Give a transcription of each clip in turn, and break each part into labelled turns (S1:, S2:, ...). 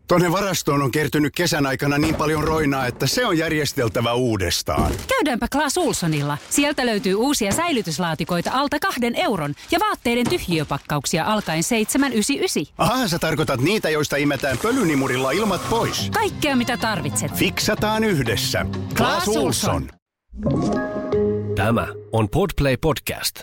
S1: Tonne varastoon on kertynyt kesän aikana niin paljon roinaa, että se on järjesteltävä uudestaan.
S2: Käydäänpä Clas Ohlsonilla. Sieltä löytyy uusia säilytyslaatikoita alta 2 euron ja vaatteiden tyhjiöpakkauksia alkaen 7,99.
S1: Aha, sä tarkoitat niitä, joista imetään pölynimurilla ilmat pois.
S2: Kaikkea mitä tarvitset.
S1: Fiksataan yhdessä. Clas Ohlson.
S3: Tämä on Podplay Podcast.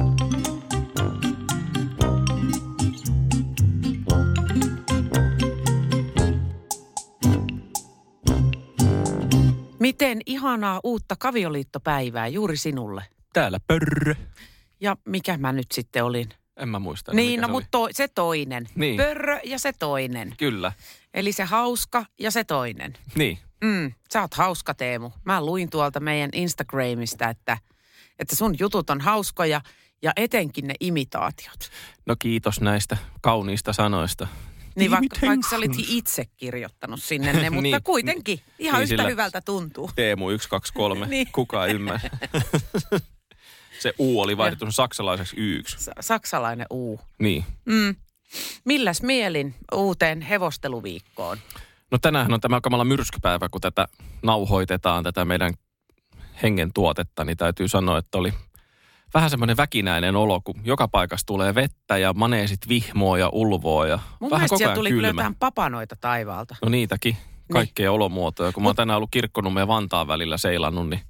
S4: Miten ihanaa uutta Kavioliittopäivää juuri sinulle.
S5: Täällä pörrö.
S4: Ja mikä mä nyt sitten olin?
S5: En mä muista.
S4: Niin, no mutta se toinen.
S5: Niin.
S4: Pörrö ja se toinen.
S5: Kyllä.
S4: Eli se hauska ja se toinen.
S5: Niin.
S4: Sä oot hauska, Teemu. Mä luin tuolta meidän Instagramista, että sun jutut on hauskoja ja etenkin ne imitaatiot.
S5: No kiitos näistä kauniista sanoista.
S4: Niin vaikka sä olit itse kirjoittanut sinne ne, mutta
S5: niin,
S4: kuitenkin ihan
S5: niin
S4: yhtä hyvältä tuntuu.
S5: Teemu 1, 2, 3.
S4: Niin.
S5: Kukaan ymmärrä. Se U oli vaihdettu saksalaiseksi Y-ksi.
S4: Saksalainen U.
S5: Niin.
S4: Milläs mielin uuteen hevosteluviikkoon?
S5: No tänäänhän on tämä kamala myrskypäivä, kun tätä nauhoitetaan, tätä meidän hengen tuotetta, niin täytyy sanoa, että oli vähän semmoinen väkinäinen olo, kun joka paikassa tulee vettä ja maneesit vihmoo ja ulvoo ja
S4: mun
S5: vähän koko ajan
S4: tuli
S5: kylmä.
S4: kyllä jotain papanoita taivaalta.
S5: No niitäkin, kaikkea olomuotoja. Kun mä oon tänään ollut Kirkkonummen ja Vantaan välillä seilannut, niin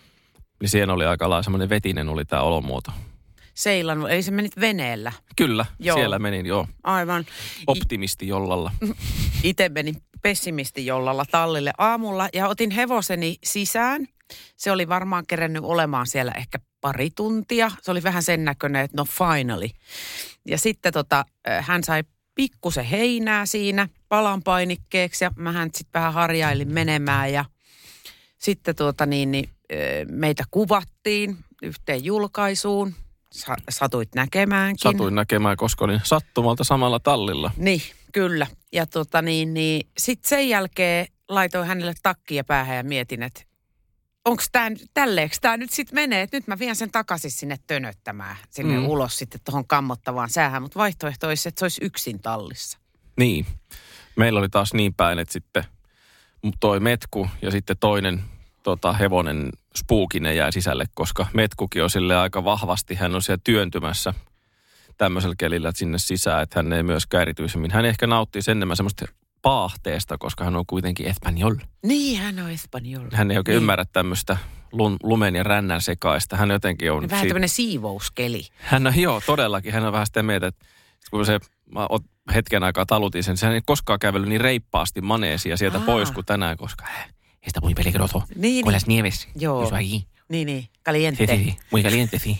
S5: siinä oli aika lailla semmoinen vetinen oli tämä olomuoto.
S4: Seilannut, eli se menit veneellä.
S5: Kyllä,
S4: Joo.
S5: Siellä menin joo.
S4: Aivan.
S5: Optimisti jollalla.
S4: Itse menin pessimisti jollalla tallille aamulla ja otin hevoseni sisään. Se oli varmaan kerennyt olemaan siellä ehkä pari tuntia. Se oli vähän sen näköinen, että no finally. Ja sitten hän sai pikkusen heinää siinä palan painikkeeksi ja mä hän sitten vähän harjailin menemään ja sitten meitä kuvattiin yhteen julkaisuun. Satuit näkemäänkin.
S5: Satuin näkemään, koska olin sattumalta samalla tallilla.
S4: Niin, kyllä. Ja sitten sen jälkeen laitoin hänelle takkia päähän ja mietin, että onko tälleeksi tämä nyt sitten menee, että nyt mä vien sen takaisin sinne tönöttämään, sinne ulos sitten tuohon kammottavaan säähän, mutta vaihtoehto olisi, että se olisi yksin tallissa.
S5: Niin. Meillä oli taas niin päin, että sitten toi metku ja sitten toinen hevonen Spookinen jäi sisälle, koska metkukin on silleen aika vahvasti, hän on siellä työntymässä tämmöisellä kelillä sinne sisään, että hän ei myöskään erityisemmin. Hän ehkä nauttii sen enemmän semmoista paahteesta, koska hän on kuitenkin espanjol.
S4: Niin, hän on espanjol.
S5: Hän ei oikein ymmärrä tämmöistä lumen ja rännän sekaista. Hän jotenkin on...
S4: Vähän tämmöinen siivouskeli.
S5: Hän on, todellakin. Hän on vähän sitä mieltä, että kun mä hetken aikaa talutin sen, sehän ei koskaan kävellyt niin reippaasti maneesia sieltä pois kuin tänään, koska está muy peligroso.
S4: Niin.
S5: Con las nieves.
S4: Joo. Niin. Caliente.
S5: Sí. Muy caliente, sí.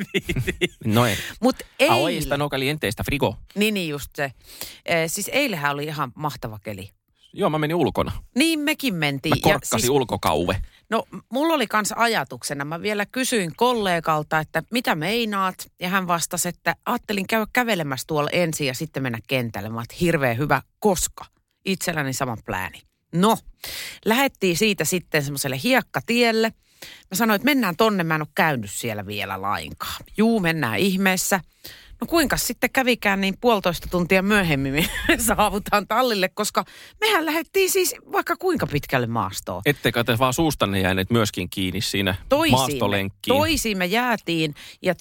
S5: No
S4: Mut
S5: hoy está no caliente, está frigo.
S4: Niin just se. Siis eilenhän oli ihan mahtava keli.
S5: Joo, mä menin ulkona.
S4: Niin, mekin mentiin.
S5: Mä korkkasin ulkokauve.
S4: No, mulla oli kans ajatuksena. Mä vielä kysyin kollegalta, että mitä meinaat? Ja hän vastasi, että ajattelin käydä kävelemässä tuolla ensin ja sitten mennä kentälle. Mä oon hirveän hyvä, koska itselläni sama plääni. No, lähdettiin siitä sitten semmoiselle hiekkatielle. Mä sanoin, että mennään tonne, mä en ole käynyt siellä vielä lainkaan. Juu, mennään ihmeessä. No kuinka sitten kävikään, niin 1,5 tuntia myöhemmin me saavutaan tallille, koska mehän lähdettiin siis vaikka kuinka pitkälle maastoon.
S5: Ettekä te vaan suustanne jääneet myöskin kiinni siinä maastolenkkiin?
S4: Toisiin me jäätiin ja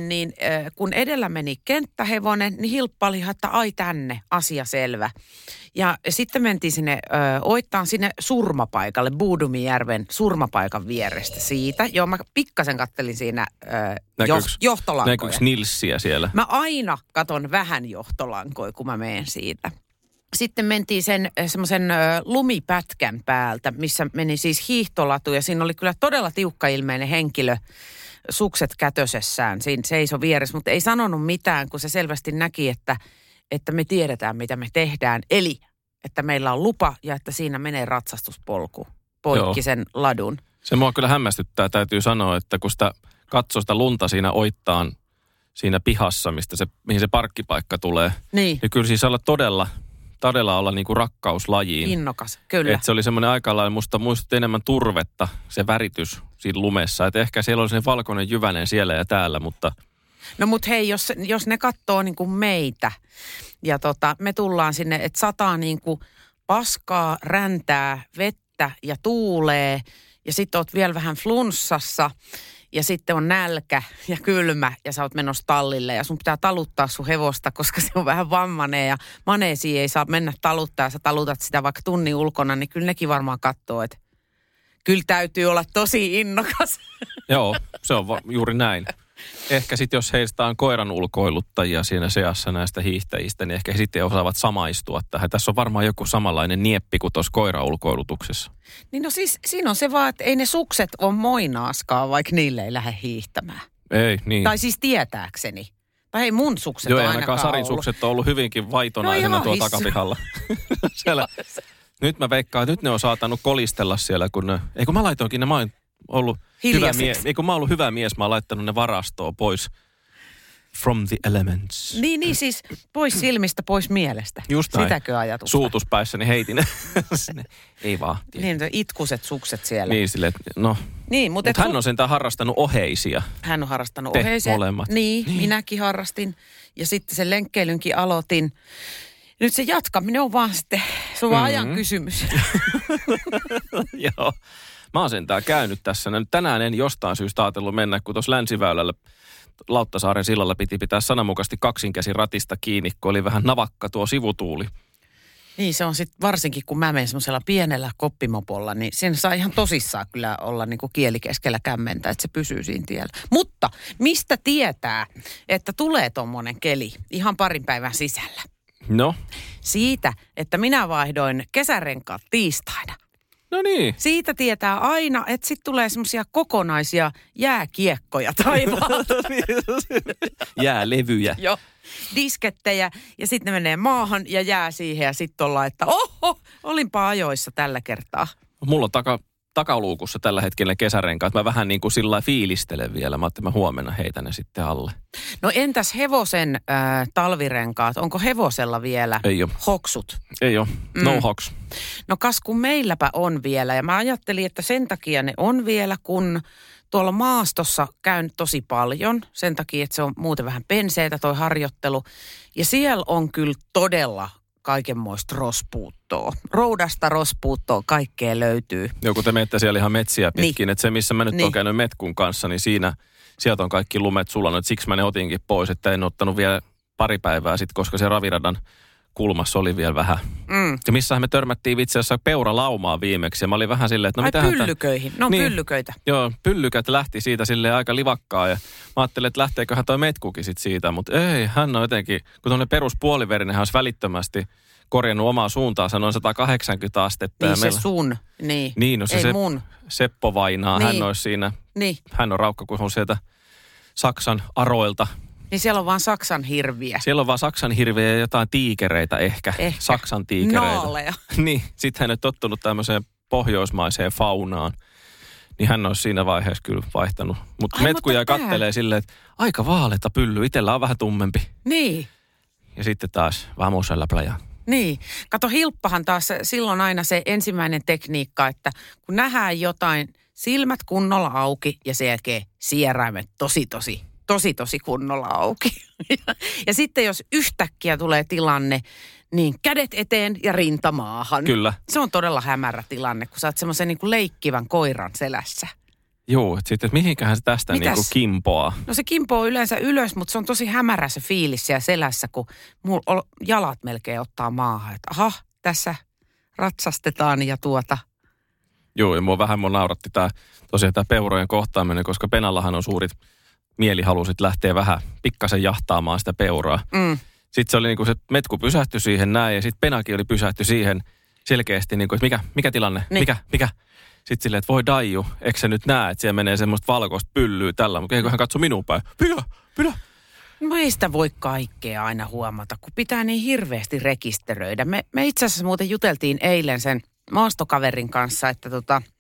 S4: kun edellä meni kenttähevonen, niin hilppaili, että ai tänne, asia selvä. Ja sitten mentiin sinne oittaan sinne surmapaikalle, Buudumijärven surmapaikan vierestä siitä. Joo, mä pikkasen kattelin siinä johtolankoja.
S5: Näkyykö nilssiä siellä?
S4: Mä aina katon vähän johtolankoja, kun mä menen siitä. Sitten mentiin sen semmoisen lumipätkän päältä, missä meni siis hiihtolatu ja siinä oli kyllä todella tiukkailmeinen henkilö sukset kätösessään. Siinä seisoi vieressä, mutta ei sanonut mitään, kun se selvästi näki, että me tiedetään, mitä me tehdään. Eli, että meillä on lupa ja että siinä menee ratsastuspolku poikki sen ladun.
S5: Se mua kyllä hämmästyttää, täytyy sanoa, että kun sitä katsoo sitä lunta siinä oittaan, siinä pihassa, mihin se parkkipaikka tulee. Niin kyllä siis todella olla niinku rakkauslajiin.
S4: Innokas, kyllä.
S5: Että se oli semmoinen aika lailla, musta muistutti enemmän turvetta, se väritys siinä lumessa. Että ehkä siellä oli se valkoinen jyvänen siellä ja täällä, mutta...
S4: No mut hei, jos ne katsoo niin kuin meitä, Ja me tullaan sinne, että sataa niin kuin paskaa, räntää, vettä ja tuulee. Ja sitten oot vielä vähän flunssassa. Ja sitten on nälkä ja kylmä ja sä oot menossa tallille ja sun pitää taluttaa sun hevosta, koska se on vähän vammainen ja maneesi ei saa mennä taluttaa ja sä talutat sitä vaikka tunnin ulkona, niin kyllä nekin varmaan katsoo, että kyllä täytyy olla tosi innokas.
S5: Joo, se on juuri näin. Ehkä sitten jos heistä on koiran ulkoiluttajia siinä seassa näistä hiihtäjistä, niin ehkä he sitten osaavat samaistua tähän. Tässä on varmaan joku samanlainen nieppi kuin tuossa koiraulkoilutuksessa.
S4: Niin no siis siinä on se vaan, että ei ne sukset ole moinaaskaan, vaikka niille ei lähde hiihtämään.
S5: Ei, niin.
S4: Tai siis tietääkseni. Tai ei mun sukset
S5: joo,
S4: ole ainakaan
S5: Sarin
S4: ollut.
S5: sukset on ollut hyvinkin vaitonaisena tuo takapihalla. Siellä. Nyt mä veikkaan, että nyt ne on saatanut kolistella siellä, kun ne... Eikö mä laitoinkin ne, mä oon ollut hyvä mies. Eikö mä ollut hyvä mies, mä oon laittanut ne varastoon pois from the elements.
S4: Niin siis pois silmistä, pois mielestä.
S5: Just näin.
S4: Sitäkö ajatusta?
S5: Suutuspäissäni heitin ne. Ei vaan.
S4: Niin, itkuset sukset siellä.
S5: Niin, silleen, no.
S4: Niin, mutta
S5: hän on sentään harrastanut oheisia.
S4: Hän on harrastanut
S5: Te
S4: oheisia.
S5: molemmat.
S4: Niin, minäkin harrastin. Ja sitten sen lenkkeilynkin aloitin. Nyt se jatkaminen on vaan sitten, se on vaan ajan kysymys.
S5: Joo. Mä oon sentään käynyt tässä. Nyt tänään en jostain syystä ajatellut mennä, kun tuossa Länsiväylällä Lauttasaaren sillalla piti pitää sananmukaisesti kaksinkäsin ratista kiinni, kun oli vähän navakka tuo sivutuuli.
S4: Niin, se on sitten varsinkin, kun mä menen semmoisella pienellä koppimopolla, niin sen saa ihan tosissaan kyllä olla niin kuin kieli keskellä kämmentä, että se pysyy siinä tiellä. Mutta mistä tietää, että tulee tommonen keli ihan parin päivän sisällä?
S5: No?
S4: Siitä, että minä vaihdoin kesärenkaat tiistaina.
S5: No niin.
S4: Siitä tietää aina, että sitten tulee semmoisia kokonaisia jääkiekkoja taivaalta.
S5: Jäälevyjä.
S4: Joo. Diskettejä ja sitten ne menee maahan ja jää siihen ja sitten ollaan, että oho, olinpa ajoissa tällä kertaa.
S5: Mulla on takaluukussa tällä hetkellä kesärenkaat. Mä vähän niin kuin sillä fiilistelen vielä. Mä ajattelin, mä huomenna heitän ne sitten alle.
S4: No entäs hevosen talvirenkaat? Onko hevosella vielä hoksut?
S5: Ei ole. No hoks.
S4: No kas kun meilläpä on vielä. Ja mä ajattelin, että sen takia ne on vielä, kun tuolla maastossa käyn tosi paljon. Sen takia, että se on muuten vähän penseetä toi harjoittelu. Ja siellä on kyllä todella kaikenmoista rospuuttoa. Roudasta rospuuttoa kaikkea löytyy.
S5: Joo, kun te menette siellä ihan metsiä pitkin, niin. Että se missä mä nyt oon käynyt metkun kanssa, niin sieltä on kaikki lumet sulanut. Siksi mä ne otinkin pois, että en ottanut vielä pari päivää sitten, koska se raviradan kulmassa oli vielä vähän. Ja missähän me törmättiin itse asiassa peuralaumaa viimeksi. Ja mä olin vähän silleen, että no mitähän
S4: pyllyköihin. No niin, pyllyköitä.
S5: Joo, pyllykät lähti siitä silleen aika livakkaa. Ja mä ajattelin, että lähteeköhän toi metkukin sit siitä. Mutta ei, hän on jotenkin, kun tuollainen peruspuoliverinen, hän olisi välittömästi korjannut omaa suuntaan, sanoin 180 astetta.
S4: Niin
S5: ja
S4: se
S5: meillä...
S4: sun, niin.
S5: Niin, no se
S4: ei mun.
S5: Seppo vainaa, niin. Hän olisi siinä.
S4: Niin.
S5: Hän on raukka, kun on sieltä Saksan aroilta.
S4: Niin siellä on vaan Saksan hirviä.
S5: Siellä on vaan Saksan hirviä ja jotain tiikereitä ehkä. Saksan tiikereitä.
S4: Naaleja.
S5: Niin, sitten hän on tottunut tämmöiseen pohjoismaiseen faunaan. Niin hän olisi siinä vaiheessa kyllä vaihtanut. Mutta metkuja kattelee silleen, että aika vaaleta pylly, itsellä on vähän tummempi.
S4: Niin.
S5: Ja sitten taas vamos a la playa.
S4: Niin. Kato, hilppahan taas silloin aina se ensimmäinen tekniikka, että kun nähdään jotain, silmät kunnolla auki ja sen jälkeen sieraimet tosi kunnolla auki. Ja sitten jos yhtäkkiä tulee tilanne, niin kädet eteen ja rintamaahan.
S5: Kyllä.
S4: Se on todella hämärä tilanne, kun sä oot semmoisen niin kuin leikkivän koiran selässä.
S5: Joo, että sitten mihinkähän se tästä niin kuin kimpoaa? No
S4: se kimpoo yleensä ylös, mutta se on tosi hämärä se fiilis siellä selässä, kun jalat melkein ottaa maahan. Että aha, tässä ratsastetaan ja
S5: Joo, ja mua nauratti tosiaan tämä peurojen kohtaaminen, koska Penallahan on suurit mielihalusit lähteä vähän pikkasen jahtaamaan sitä peuraa. Sitten se oli niin kuin se metku pysähtyi siihen näin ja sitten Penakin oli pysähty siihen selkeästi, niin kuin, että mikä tilanne, niin. mikä. Sitten silleen, että voi Daiju, eikö sä nyt näe, että siellä menee semmoista valkoista pyllyä tällä, mutta eikö hän katso minun päin? Pidä.
S4: No ei sitä voi kaikkea aina huomata, kun pitää niin hirveästi rekisteröidä. Me itse asiassa muuten juteltiin eilen sen maastokaverin kanssa, että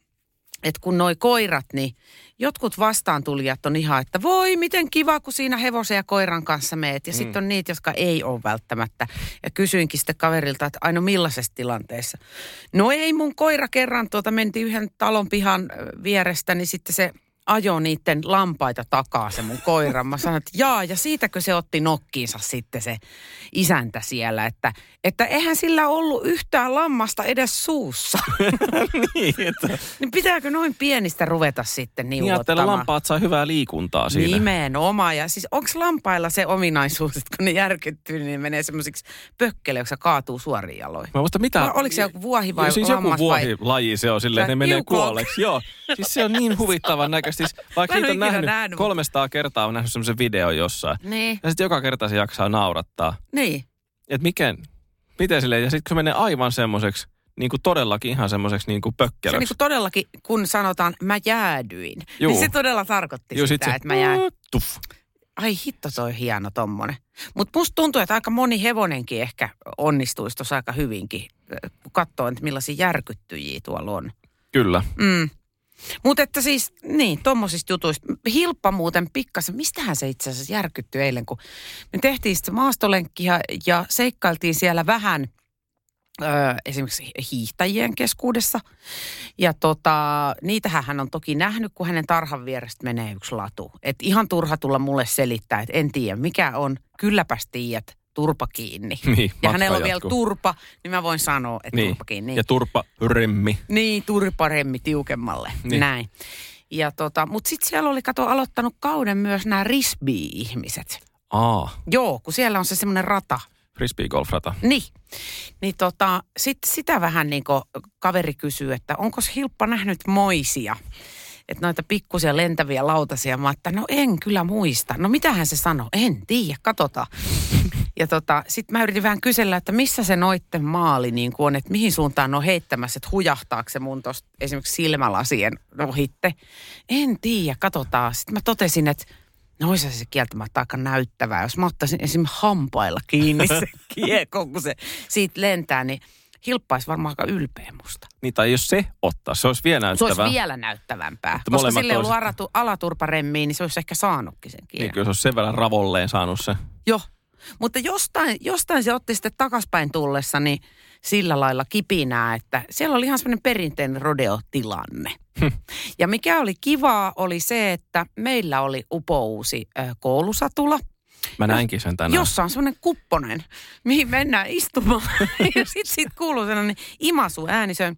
S4: kun noi koirat, niin jotkut vastaantulijat on ihan, että voi miten kiva, kun siinä hevosen ja koiran kanssa meet. Ja sitten on niitä, jotka ei ole välttämättä. Ja kysyinkin sitten kaverilta, että aina millaisessa tilanteessa. No ei mun koira kerran mentiin yhden talon pihan vierestä, niin sitten se ajoi niiden lampaita takaa se mun koira. Mä sanoin, että ja siitäkö se otti nokkiinsa sitten se isäntä siellä, että eihän sillä ollut yhtään lammasta edes suussa.
S5: Niin, että...
S4: niin pitääkö noin pienistä ruveta sitten
S5: Niin,
S4: niuottamaan?
S5: että lampaat saa hyvää liikuntaa siinä.
S4: Nimenomaan. Ja siis onko lampailla se ominaisuus, että kun ne järkyttyy, niin ne menee semmoisiksi pökkeleiksi ja kaatuu suoriin jaloihin?
S5: Mä muista mitä...
S4: Oliko se joku vuohi vai
S5: siis
S4: lammas
S5: joku vuohilaji se on silleen, että ne menee kuolleeksi. Joo, siis se on niin huvittavan näköistä. Siis, vaikka niitä on nähnyt 300 kertaa, on nähnyt semmoisen videon jossain.
S4: Niin.
S5: Ja sitten joka kerta se jaksaa naurattaa.
S4: Niin.
S5: Että miten silleen, ja sitten kun se menee aivan semmoiseksi, niin kuin todellakin ihan semmoiseksi niin kuin pökkelöksi.
S4: Se niin kuin todellakin, kun sanotaan, mä jäädyin,
S5: Juu.
S4: niin se todella tarkoitti sitä, että mä jäädyin. Ai hitto, toi hieno tommonen. Mutta musta tuntuu, että aika moni hevonenkin ehkä onnistuisi tuossa aika hyvinkin, kun katsoo, että millaisia järkyttyjiä tuolla on.
S5: Kyllä.
S4: Mutta että siis, niin, tommosista jutuista. Hilppa muuten pikkasen, mistähän se itse asiassa järkyttyi eilen, kun me tehtiin sitten maastolenkkiä ja seikkailtiin siellä vähän esimerkiksi hiihtäjien keskuudessa. Ja niitähän hän on toki nähnyt, kun hänen tarhan vierestä menee yksi latu. Että ihan turha tulla mulle selittää, että en tiedä mikä on, kylläpäs tiedät, turpa kiinni.
S5: Niin,
S4: ja hänellä on vielä turpa, niin mä voin sanoa, että
S5: niin.
S4: turpa kiinni.
S5: Ja turparemmi.
S4: Niin, turparemmi tiukemmalle, niin. Näin. Ja mutta sitten siellä oli, aloittanut kauden myös nämä Risbee-ihmiset. Joo, kun siellä on se semmoinen rata.
S5: Frisbee-golf-rata.
S4: Niin sitten sitä vähän niin kuin kaveri kysyy, että onko Hilppa nähnyt moisia? Että noita pikkusia lentäviä lautasia. Mä että no en kyllä muista. No mitähän se sanoi? En tiedä, katsotaan. Ja sitten mä yritin vähän kysellä, että missä se noitten maali niin kuin on, että mihin suuntaan on heittämässä, että hujahtaako se mun tuosta esimerkiksi silmälasien ohitte. En tiedä, katsotaan. Sitten mä totesin, että no olisi se kieltämättä aika näyttävää. Jos mä ottaisin esimerkiksi hampailla kiinni se kiekko, kun se siitä lentää, niin Hilppaisi varmaan aika ylpeä musta.
S5: Niin, tai jos se ottaa, se olisi vielä näyttävää.
S4: Se olisi vielä näyttävämpää. Että koska sille ei ollut alaturparemmiin, niin se olisi ehkä saanutkin sen kielen.
S5: Niin, kyllä se olisi sen verran ravolleen saanut se.
S4: Joo, mutta jostain se otti sitten takaspäin tullessa, niin sillä lailla kipinää, että siellä oli ihan semmoinen perinteinen rodeo-tilanne. Ja mikä oli kivaa, oli se, että meillä oli upouusi koulusatula.
S5: Mä näinkin sen tänään.
S4: Jossa on semmoinen kupponen, mihin mennään istumaan. Ja sit kuuluu sellainen imasu-ääni, se on...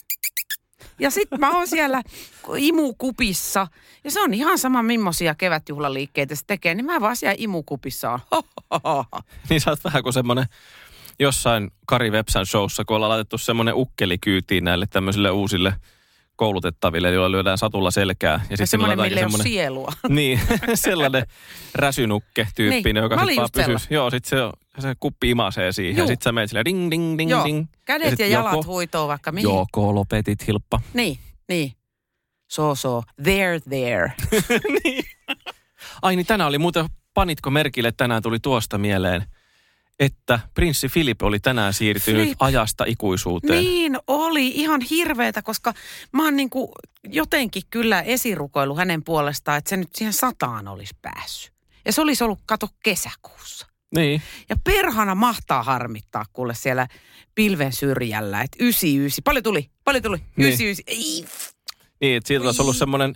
S4: Ja sit mä oon siellä imukupissa. Ja se on ihan sama, millaisia kevätjuhlaliikkeitä se tekee. Niin mä vaan siellä imukupissa on.
S5: Niin sä oot vähän kuin semmoinen jossain Kari Vepsän showssa, kun ollaan laitettu semmoinen ukkeli kyytiin näille tämmöisille uusille koulutettaville, joilla lyödään satulla selkää.
S4: Ja semmoinen, millä ei ole sielua.
S5: Niin, sellainen räsynukke-tyyppinen, niin, joka sitten vaan pysyy. Joo, sitten se kuppi imasee siihen. Juu. Ja sitten sä menet silleen ding, ding, ding,
S4: joo.
S5: ding.
S4: Kädet ja jalat huitoo vaikka mihin.
S5: Joko lopetit, Hilppa.
S4: Niin. So, there.
S5: Niin. Ai niin, tänään oli muuten, panitko merkille, tänään tuli tuosta mieleen, että prinssi Filip oli tänään siirtynyt ajasta ikuisuuteen.
S4: Niin oli, ihan hirveetä, koska mä oon niinku jotenkin kyllä esirukoillut hänen puolestaan, että se nyt siihen 100 olisi päässyt. Ja se olisi ollut, kesäkuussa.
S5: Niin.
S4: Ja perhana mahtaa harmittaa kuule siellä pilven syrjällä, että 99. Paljon tuli. 99. Niin.
S5: Niin, että siellä olisi ollut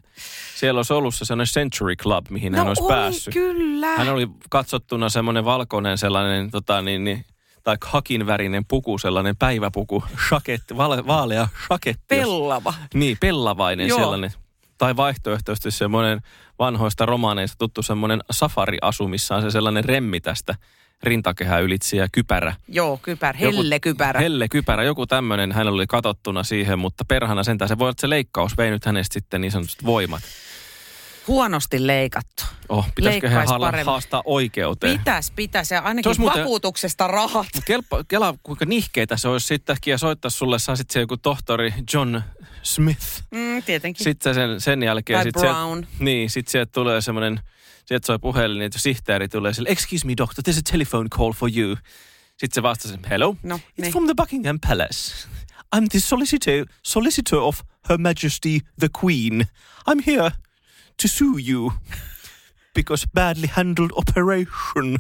S5: se semmoinen Century Club, mihin hän olisi päässyt.
S4: Kyllä.
S5: Hän oli katsottuna semmoinen valkoinen sellainen, tai hakinvärinen puku, sellainen päiväpuku, vaalea shaketti.
S4: Pellava.
S5: Niin, pellavainen sellainen. Tai vaihtoehtoisesti semmoinen vanhoista romaaneista tuttu semmoinen safari-asu, missä on se sellainen remmi tästä rintakehää ylitse ja kypärä.
S4: Joo, hellekypärä.
S5: Hellekypärä, joku tämmöinen hänellä oli katsottuna siihen, mutta perhana sentään se voi olla, että se leikkaus vei nyt hänestä sitten niin sanotusti voimat.
S4: Huonosti leikattu.
S5: Pitäisikö hän haastaa oikeuteen?
S4: Pitäisi ja ainakin vakuutuksesta rahat.
S5: Kela, kuinka nihkeitä se olisi sittenkin ja soittaisi sulle, saisit se joku tohtori John Smith.
S4: Tietenkin.
S5: Sitten sen jälkeen.
S4: Tai Brown.
S5: Sitten sieltä tulee semmoinen, sieltä soi puhelin, että sihteeri tulee sille, excuse me doctor, there's a telephone call for you. Sitten se vastasi, hello, it's from the Buckingham Palace. I'm the solicitor of Her Majesty the Queen. I'm here to sue you because badly handled operation.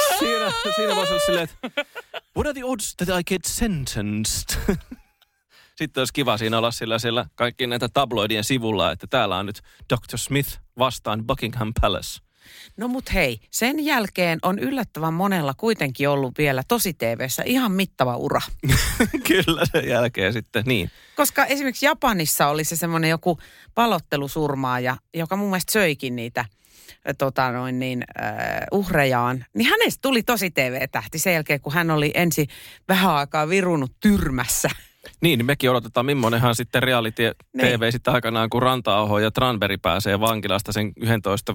S5: Siinä voisi olla silleen, että what are the odds that I get sentenced? sitten olisi kiva siinä olla siellä kaikki näitä tabloidien sivulla, että täällä on nyt Dr. Smith vastaan Buckingham Palace.
S4: No mut hei, sen jälkeen on yllättävän monella kuitenkin ollut vielä tosi TV:ssä ihan mittava ura.
S5: Kyllä sen jälkeen sitten, niin.
S4: Koska esimerkiksi Japanissa oli se semmoinen joku palottelusurmaaja, joka mun mielestä söikin niitä uhrejaan. Niin hänestä tuli tosi TV-tähti sen jälkeen, kun hän oli ensin vähän aikaa virunut tyrmässä.
S5: Niin mekin odotetaan, millainenhan sitten reality-TV sitten aikanaan, kun Ranta-Aho ja Tranberg pääsee vankilasta sen 11-13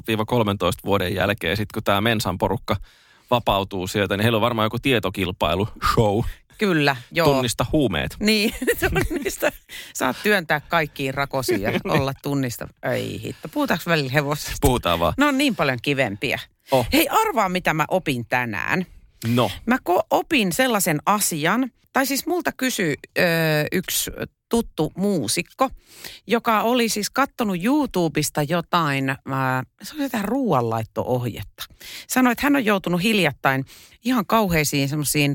S5: vuoden jälkeen, sitten kun tämä Mensan porukka vapautuu sieltä, niin heillä on varmaan joku tietokilpailu, show.
S4: Kyllä, joo.
S5: Tunnista huumeet.
S4: Niin, tunnista. Saat työntää kaikkiin rakosiin ja olla tunnista. Ei hitto. Puhutaanko välillä hevosesta?
S5: Puhutaan vaan.
S4: No on niin paljon kivempiä.
S5: Oh.
S4: Hei, arvaa mitä mä opin tänään.
S5: No.
S4: Mä opin sellaisen asian, tai siis multa kysyi yksi tuttu muusikko, joka oli siis kattonut YouTubesta jotain, se oli jotain ruoanlaitto-ohjetta. Sanoi, että hän on joutunut hiljattain ihan kauheisiin semmoisiin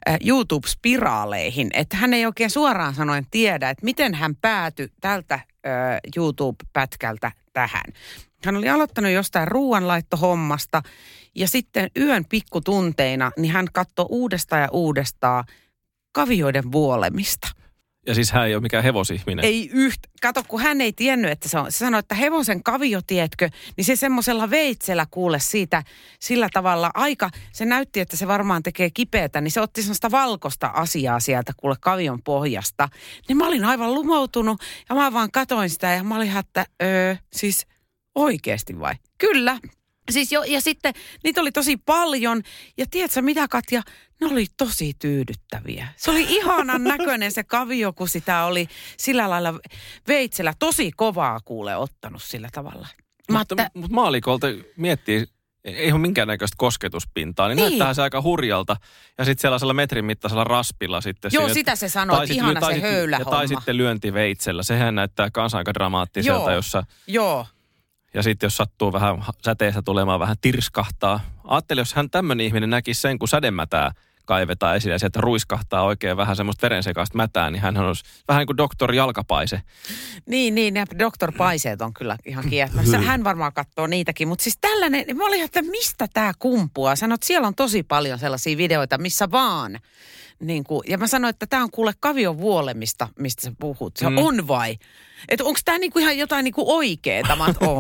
S4: YouTube-spiraaleihin, että hän ei oikein suoraan sanoen tiedä, että miten hän päätyi tältä YouTube-pätkältä tähän. Hän oli aloittanut jostain ruoanlaittohommasta ja sitten yön pikkutunteina, niin hän katsoi uudestaan ja uudestaan kavioiden vuolemista.
S5: Ja siis hän ei ole mikään hevosihminen.
S4: Ei yhtä. Kato, kun hän ei tiennyt, että se on. Se sanoi, että hevosen kavio, tiedätkö, niin se semmoisella veitsellä kuule siitä sillä tavalla se näytti, että se varmaan tekee kipeätä, niin se otti semmoista valkoista asiaa sieltä kuule kavion pohjasta. Niin mä olin aivan lumoutunut ja mä vaan katoin sitä ja mä olin, että siis oikeasti vai? Kyllä. Siis ja sitten niitä oli tosi paljon ja tiedätkö mitä Katja, ne oli tosi tyydyttäviä. Se oli ihanan näköinen se kavio, kun sitä oli sillä lailla veitsellä tosi kovaa kuule ottanut sillä tavalla.
S5: Mutta maalikolta miettii, ei ole minkäännäköistä kosketuspintaa, niin näyttää se aika hurjalta. Ja sitten sellaisella metrin mittaisella raspilla sitten.
S4: Joo, sitä se sanoi, että ihana se höylähomma.
S5: Tai sitten lyöntiveitsellä, sehän näyttää kans aika dramaattiselta, jossa...
S4: Joo.
S5: Ja sitten jos sattuu vähän säteessä tulemaan, vähän tirskahtaa. Ajattelin, jos hän tämmöinen ihminen näkisi sen, kun sädemätää kaivetaan esille ja sieltä ruiskahtaa oikein vähän semmoista verensekaista mätää, niin hän olisi vähän niin kuin doktori Jalkapaise.
S4: Niin, ja Dr. Paiseet on kyllä ihan kiehtoisia. Hän varmaan katsoo niitäkin, mutta siis tällainen, mä olin, että mistä tämä kumpuaa? Sanoit, että siellä on tosi paljon sellaisia videoita, missä vaan. Niin kuin, ja mä sanoin, että tämä on kuule kavion vuolemista, mistä sä puhut. Se on vai? Että onko tämä niinku ihan jotain niinku oikeeta?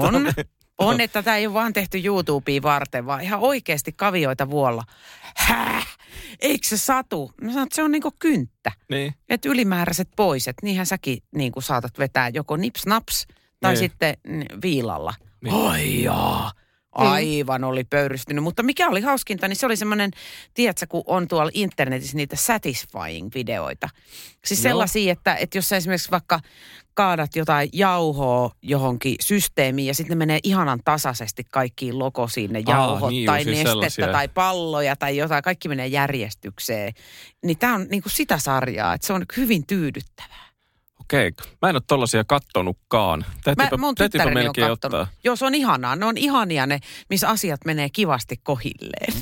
S4: On, että tämä ei ole vaan tehty YouTubeen varten, vaan ihan oikeasti kavioita vuolla. Häh? Eikö se satu? Mä sanon, että se on niinku kynttä.
S5: Niin.
S4: Että ylimääräiset pois, että niinhän säkin niinku saatat vetää joko nips-naps tai sitten viilalla.
S5: Niin.
S4: Ai jaa. Aivan oli pöyristynyt, mutta mikä oli hauskinta, niin se oli semmoinen, tiedätkö, kun on tuolla internetissä niitä satisfying-videoita. Siis sellaisia, että jos sä esimerkiksi vaikka kaadat jotain jauhoa johonkin systeemiin ja sitten ne menee ihanan tasaisesti kaikkiin lokosiin, ne jauhot
S5: niin,
S4: tai
S5: siis
S4: nestettä
S5: sellaisia.
S4: tai palloja tai jotain, kaikki menee järjestykseen. Niin tää on niinku sitä sarjaa, että se on hyvin tyydyttävää.
S5: Okei, mä en ole tollaisia kattonutkaan.
S4: Mun tyttäreni on kattonut. Joo, se on ihanaa. Ne on ihania ne, missä asiat menee kivasti kohilleen.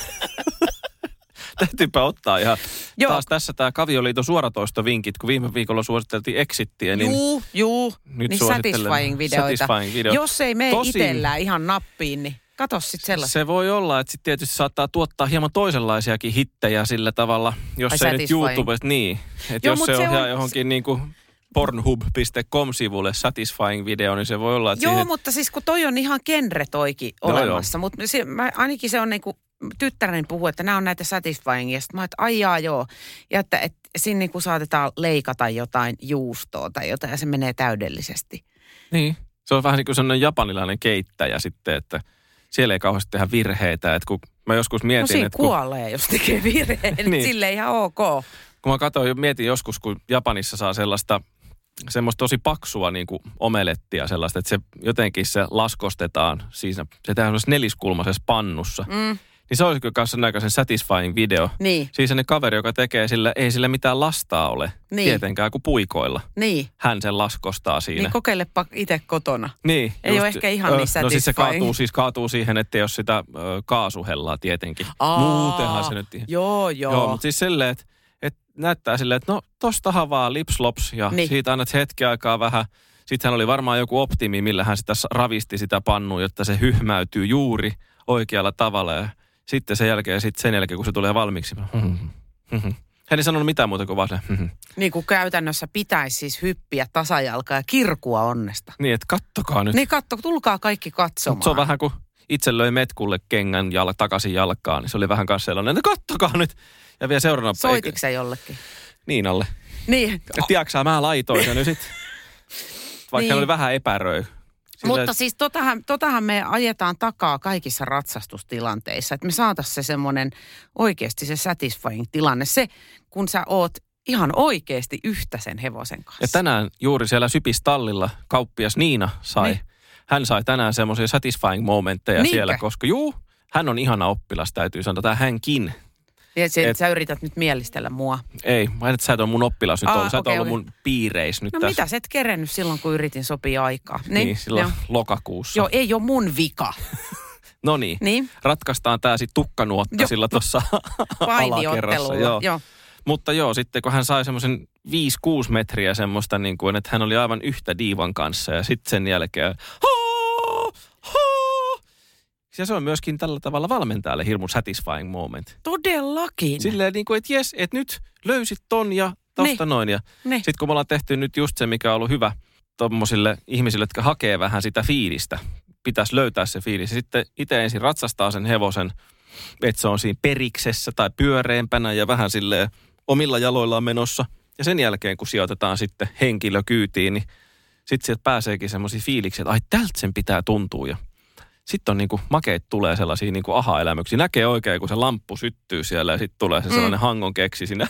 S5: Täytyypä ottaa ihan taas tässä tämä Kavioliiton suoratoistovinkit, kun viime viikolla suositeltiin Exittiä. Niin
S4: Juu.
S5: Nyt
S4: niin satisfying-videoita. Jos ei mene itsellään ihan nappiin, niin kato sitten sellaista.
S5: Se voi olla, että sitten tietysti saattaa tuottaa hieman toisenlaisiakin hittejä sillä tavalla, jos ei nyt YouTubesta niin. Että jos se ohjaa johonkin niin kuin pornhub.com-sivulle satisfying video, niin se voi olla, että
S4: Joo, mutta siis kun toi on ihan genre toikin olemassa, mutta ainakin se on niin kuin tyttäreni puhuu, että nämä on näitä satisfying, ja sitten mä että ai joo, ja että siinä niin kuin saatetaan leikata jotain juustoa tai jotain, ja se menee täydellisesti.
S5: Niin, se on vähän niin kuin sellainen japanilainen keittäjä sitten, että siellä ei kauheasti tehdä virheitä, että kun mä joskus mietin,
S4: no siinä
S5: että
S4: kuolee, jos tekee virheen, niin silleen ihan ok.
S5: Kun mä mietin joskus, kun Japanissa saa semmoista tosi paksua niin kuin omelettia sellaista, että se jotenkin se laskostetaan, siis se tehdään neliskulmaisessa pannussa. Niin se olisi kyllä kanssa näköisen satisfying video.
S4: Niin.
S5: Siis se kaveri, joka tekee sillä, ei sillä mitään lastaa ole.
S4: Niin.
S5: Tietenkään kuin puikoilla.
S4: Niin.
S5: Hän sen laskostaa siinä.
S4: Niin kokeilepa itse kotona.
S5: Niin.
S4: Ei ole ehkä ihan niin satisfying.
S5: No siis se kaatuu siihen, että jos sitä kaasuhellaa tietenkin. Muutenhan se nyt...
S4: Joo.
S5: Joo, mutta siis silleen, että näyttää silleen, että no tostahan vaan lipslops ja
S4: Niin.
S5: siitä annat hetki aikaa vähän. Sitten hän oli varmaan joku optimi, millä hän sitä ravisti sitä pannua, jotta se hyhmäytyy juuri oikealla tavalla. Ja sitten sen jälkeen, kun se tulee valmiiksi. Hän ei sanonut mitään muuta kuin vaan se.
S4: Niin kuin käytännössä pitäisi siis hyppiä tasajalkaa ja kirkua onnesta.
S5: Niin, että kattokaa nyt.
S4: Niin tulkaa kaikki katsomaan.
S5: Mut se on vähän kuin itse löi metkulle kengän takaisin jalkaan, niin se oli vähän kanssa sellainen, että kattokaa nyt. Ja vielä seuraavana.
S4: Soititko sä jollekin?
S5: Niinalle.
S4: Niin.
S5: Tiedätkö mä laitoin sen nyt sit. Vaikka
S4: Niin.
S5: hän oli vähän epäröi.
S4: Mutta siis totahan me ajetaan takaa kaikissa ratsastustilanteissa, että me saataisiin se semmoinen oikeasti se satisfying tilanne. Se, kun sä oot ihan oikeasti yhtä sen hevosen kanssa.
S5: Ja tänään juuri siellä Sypistallilla kauppias Niina sai.
S4: Niin.
S5: Hän sai tänään semmoisia satisfying momentteja
S4: Niinkö?
S5: siellä, koska hän on ihana oppilas, täytyy sanoa. Tai hänkin.
S4: Sä yrität nyt mielistellä mua.
S5: Ei, mä että sä et ole mun oppilas nyt ollut. Sä et
S4: okei,
S5: ollut mun piireis nyt
S4: No
S5: tässä.
S4: mitä sä et kerennyt silloin, kun yritin sopia aikaa?
S5: Niin, silloin lokakuussa.
S4: Joo, ei ole mun vika.
S5: No niin.
S4: Niin.
S5: Ratkaistaan tää sit tukkanuottasilla tuossa alakerrassa.
S4: Joo.
S5: Mutta joo, sitten kun hän sai semmoisen 5-6 metriä semmoista, niin kuin, että hän oli aivan yhtä diivan kanssa. Ja sitten sen jälkeen, ja se on myöskin tällä tavalla valmentajalle hirmu satisfying moment.
S4: Todellakin.
S5: Silleen niin kuin, että jes, että nyt löysit ton ja tosta noin. Ja sitten kun me ollaan tehty nyt just se, mikä on ollut hyvä tommosille ihmisille, jotka hakee vähän sitä fiilistä. Pitäisi löytää se fiilis. Sitten itse ensin ratsastaa sen hevosen, että se on siinä periksessä tai pyöreämpänä ja vähän silleen omilla jaloillaan menossa. Ja sen jälkeen, kun sijoitetaan sitten henkilö kyytiin, niin sitten sieltä pääseekin semmoisia fiiliksiä, että ai tältä sen pitää tuntua. Ja sitten on niinku makeet tulee sellaisia niinku aha-elämyksiä. Näkee oikein, kun se lamppu syttyy siellä ja sitten tulee se sellainen hangon keksi sinne.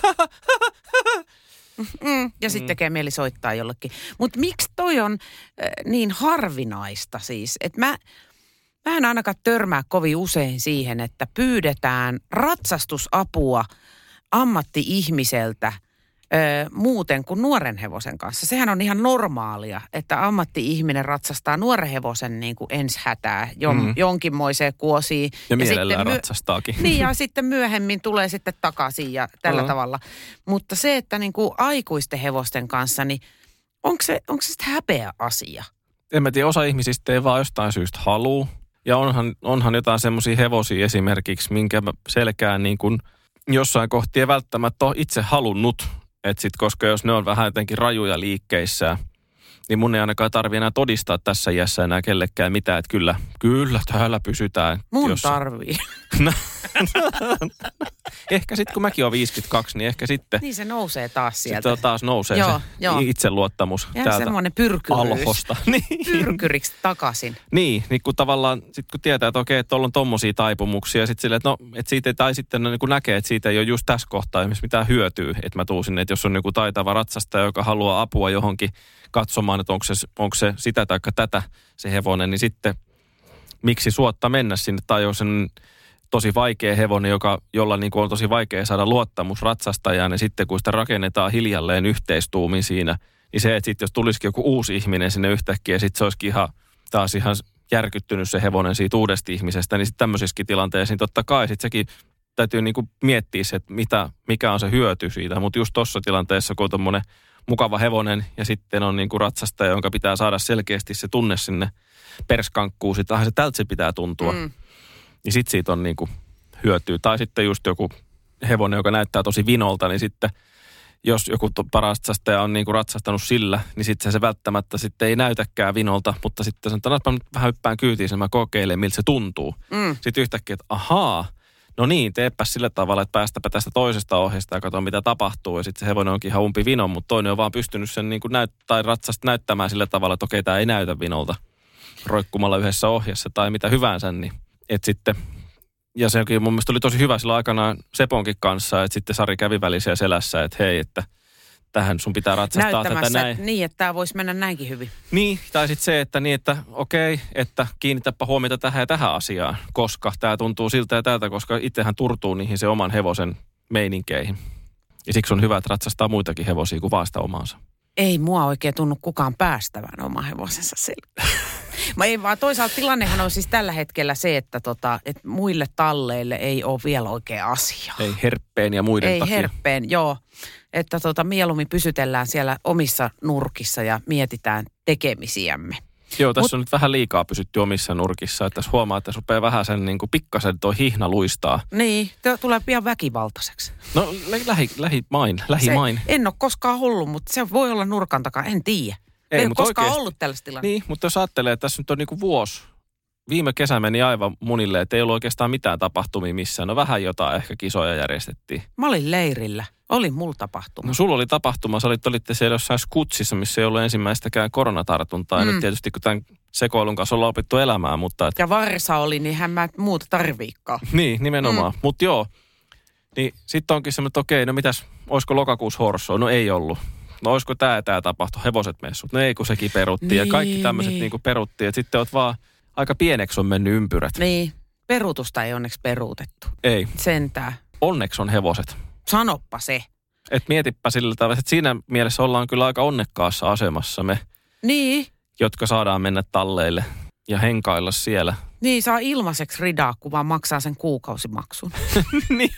S4: Ja sitten tekee mieli soittaa jollekin. Mutta miksi toi on niin harvinaista siis? Että mä en ainakaan törmää kovin usein siihen, että pyydetään ratsastusapua ammatti-ihmiseltä muuten kuin nuoren hevosen kanssa. Sehän on ihan normaalia, että ammatti-ihminen ratsastaa nuoren hevosen niin kuin ensi hätää jonkinmoiseen kuosiin.
S5: Ja mielellään ratsastaakin.
S4: Niin, ja sitten myöhemmin tulee sitten takaisin ja tällä tavalla. Mutta se, että niin kuin aikuisten hevosten kanssa, niin onko se sitten häpeä asia?
S5: En mä tiedä, osa ihmisistä ei vaan jostain syystä halua. Ja onhan jotain semmoisia hevosia esimerkiksi, minkä selkään niin kuin jossain kohti ei välttämättä ole itse halunnut. Että sit, koska jos ne on vähän jotenkin rajuja liikkeissä, niin mun ei ainakaan tarvitse enää todistaa tässä iässä enää kellekään mitään. Että kyllä täällä pysytään.
S4: Mun tarvii.
S5: Ehkä sitten kun mäkin olen 52, niin ehkä sitten.
S4: Niin se nousee taas sieltä.
S5: Sitten taas nousee se itseluottamus
S4: ja
S5: täältä
S4: semmoinen pyrkyryys.
S5: alhosta. Niin.
S4: Pyrkyriksi takaisin.
S5: Niin kun tavallaan, sit kun tietää, että okei, että tuolla on tommosia taipumuksia, sitten silleen, että no, että siitä, tai sitten niin kun näkee, että siitä ei ole just tässä kohtaa esimerkiksi mitään hyötyä, että mä tuun sinne, että jos on joku taitava ratsastaja, joka haluaa apua johonkin katsomaan, että onko se sitä tai tätä se hevonen, niin sitten miksi suotta mennä sinne, tai jos on tosi vaikea hevonen, jolla niin kuin on tosi vaikea saada luottamus ratsastajaan, ja sitten kun sitä rakennetaan hiljalleen yhteistuumin siinä, niin se, että sitten jos tulisikin joku uusi ihminen sinne yhtäkkiä, sitten se olisikin taas ihan järkyttynyt se hevonen siitä uudesta ihmisestä, niin sitten tämmöisissäkin tilanteissa, niin totta kai sitten sekin täytyy niin kuin miettiä se, että mikä on se hyöty siitä, mutta just tuossa tilanteessa, kun on tommoinen mukava hevonen ja sitten on niin kuin ratsastaja, jonka pitää saada selkeästi se tunne sinne perskankkuun, sittenhän se tältä se pitää tuntua. Niin sitten siitä on niinku hyötyä. Tai sitten just joku hevonen, joka näyttää tosi vinolta, niin sitten jos joku ratsastaja on niinku ratsastanut sillä, niin sitten se välttämättä sitten ei näytäkään vinolta, mutta sitten sanotaan, että mä vähän hyppään kyytiin, sen mä kokeilen, miltä se tuntuu. Sitten yhtäkkiä, että ahaa, no niin, teepäs sillä tavalla, että päästäpä tästä toisesta ohjeesta ja katso, mitä tapahtuu. Ja sitten se hevonen onkin ihan umpivinon, mutta toinen on vaan pystynyt sen niinku ratsasta näyttämään sillä tavalla, että okei, tämä ei näytä vinolta roikkumalla yhdessä ohjassa tai mitä hyvänsä, niin että sitten, ja sekin mun mielestä oli tosi hyvä sillä aikanaan Seponkin kanssa, että sitten Sari kävi välissä selässä, että hei, että tähän sun pitää ratsastaa tätä näin.
S4: Niin, että tämä voisi mennä näinkin hyvin.
S5: Niin, tai sitten se, että okei, että kiinnitäpä huomiota tähän ja tähän asiaan, koska tämä tuntuu siltä ja tältä, koska itsehän turtuu niihin se oman hevosen meininkeihin. Ja siksi on hyvä, että ratsastaa muitakin hevosia kuin vaan sitä omaansa.
S4: Ei mua oikein tunnu kukaan päästävän oma hevosensa selvä. Ei vaan toisaalta tilannehan on siis tällä hetkellä se, että muille talleille ei ole vielä oikea asia.
S5: Ei herppeen ja muiden takia.
S4: Ei herppeen, joo. että mieluummin pysytellään siellä omissa nurkissa ja mietitään tekemisiämme.
S5: Joo, tässä on nyt vähän liikaa pysytty omissa nurkissa. Että tässä huomaa, että rupeaa vähän sen niin kuin pikkasen tuo hihna luistaa.
S4: Niin, tulee pian väkivaltaiseksi.
S5: No lähimain.
S4: En ole koskaan ollut, mutta se voi olla nurkan takaa, en tiedä. Ei ole koskaan ollut tällaista tilannetta.
S5: Niin, mutta jos ajattelee, että tässä nyt on niin kuin vuosi. Viime kesä meni aivan munille, että ei ollut oikeastaan mitään tapahtumia missään. No vähän jotain ehkä kisoja järjestettiin.
S4: Mä olin leirillä. Oli mulla tapahtuma.
S5: No sulla oli tapahtuma. Sä olitte siellä jossain Skutsissa, missä ei ollut ensimmäistäkään koronatartuntaa. Nyt tietysti kun tämän sekoilun kanssa ollaan opittu elämään, mutta...
S4: Ja varsa oli, niin hän mä muuta tarviikaan.
S5: Niin, nimenomaan. Mutta joo, niin sitten onkin semmoinen, että okei, no mitäs, olisiko lokakuussa Horsoa? No ei ollut. No olisiko tämä tapahtui, hevoset messut? No ei, kun sekin peruttiin. Niin, ja kaikki tämmöiset niin peruttiin. Että sitten oot vaan... Aika pieneksi on mennyt ympyrät.
S4: Niin, peruutusta ei onneksi peruutettu.
S5: Ei.
S4: Sentään.
S5: Onneksi on hevoset.
S4: Sanoppa se.
S5: Et mietipä sillä tavalla, että siinä mielessä ollaan kyllä aika onnekkaassa asemassa me.
S4: Niin.
S5: Jotka saadaan mennä talleille ja henkailla siellä.
S4: Niin, saa ilmaiseksi ridaa, kun vaan maksaa sen kuukausimaksun.
S5: Niin.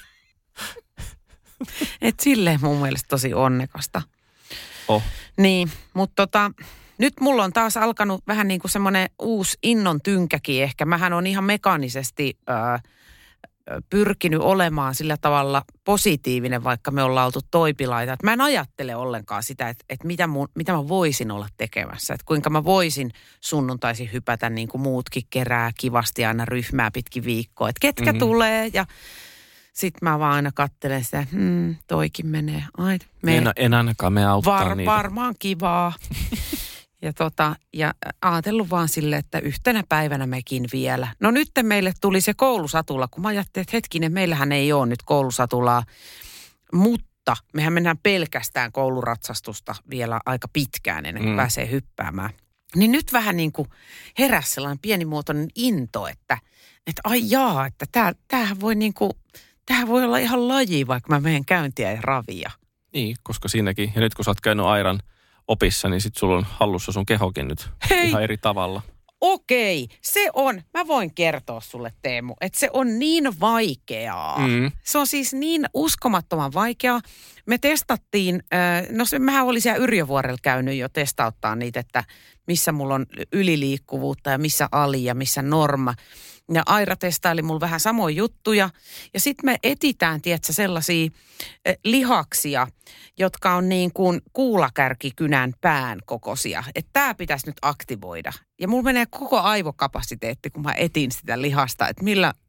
S4: Et silleen mun mielestä tosi onnekasta.
S5: Oh.
S4: Niin, mutta nyt mulla on taas alkanut vähän niin kuin semmoinen uusi innon tynkäkin ehkä. Mähän on ihan mekaanisesti pyrkinyt olemaan sillä tavalla positiivinen, vaikka me ollaan oltu toipilaita. Mä en ajattele ollenkaan sitä, että mitä mä voisin olla tekemässä. Että kuinka mä voisin sunnuntaisin hypätä niin kuin muutkin kerää kivasti aina ryhmää pitkin viikkoa. Että ketkä tulee ja... Sitten mä vaan aina katselen sitä, toikin menee.
S5: En ainakaan me auttaa niitä.
S4: Varmaan kivaa. ja ajatellut vaan sille, että yhtenä päivänä mekin vielä. No nyt meille tuli se koulusatula, kun mä ajattelin, että hetkinen, meillähän ei ole nyt koulusatulaa. Mutta mehän mennään pelkästään kouluratsastusta vielä aika pitkään ennen kuin pääsee hyppäämään. Niin nyt vähän niin kuin heräsi sellainen pienimuotoinen into, että ai jaa, että tämähän voi niin kuin... Tämähän voi olla ihan laji, vaikka mä menen käyntiä ja ravia.
S5: Niin, koska siinäkin, ja nyt kun sä oot käynyt airan opissa, niin sit sulla on hallussa sun kehokin nyt ihan eri tavalla.
S4: Okei, se on, mä voin kertoa sulle Teemu, että se on niin vaikeaa. Se on siis niin uskomattoman vaikeaa. Me testattiin, mähän olin siellä Yrjövuorella käynyt jo testauttaa niitä, että missä mulla on yliliikkuvuutta ja missä ali ja missä norma. Ja Aira testaili mulla vähän samoja juttuja. Ja sitten me etitään, tiedätkö, sellaisia lihaksia, jotka on niin kuin kuulakärkikynän pään kokoisia. Että tämä pitäisi nyt aktivoida. Ja mulla menee koko aivokapasiteetti, kun mä etin sitä lihasta, että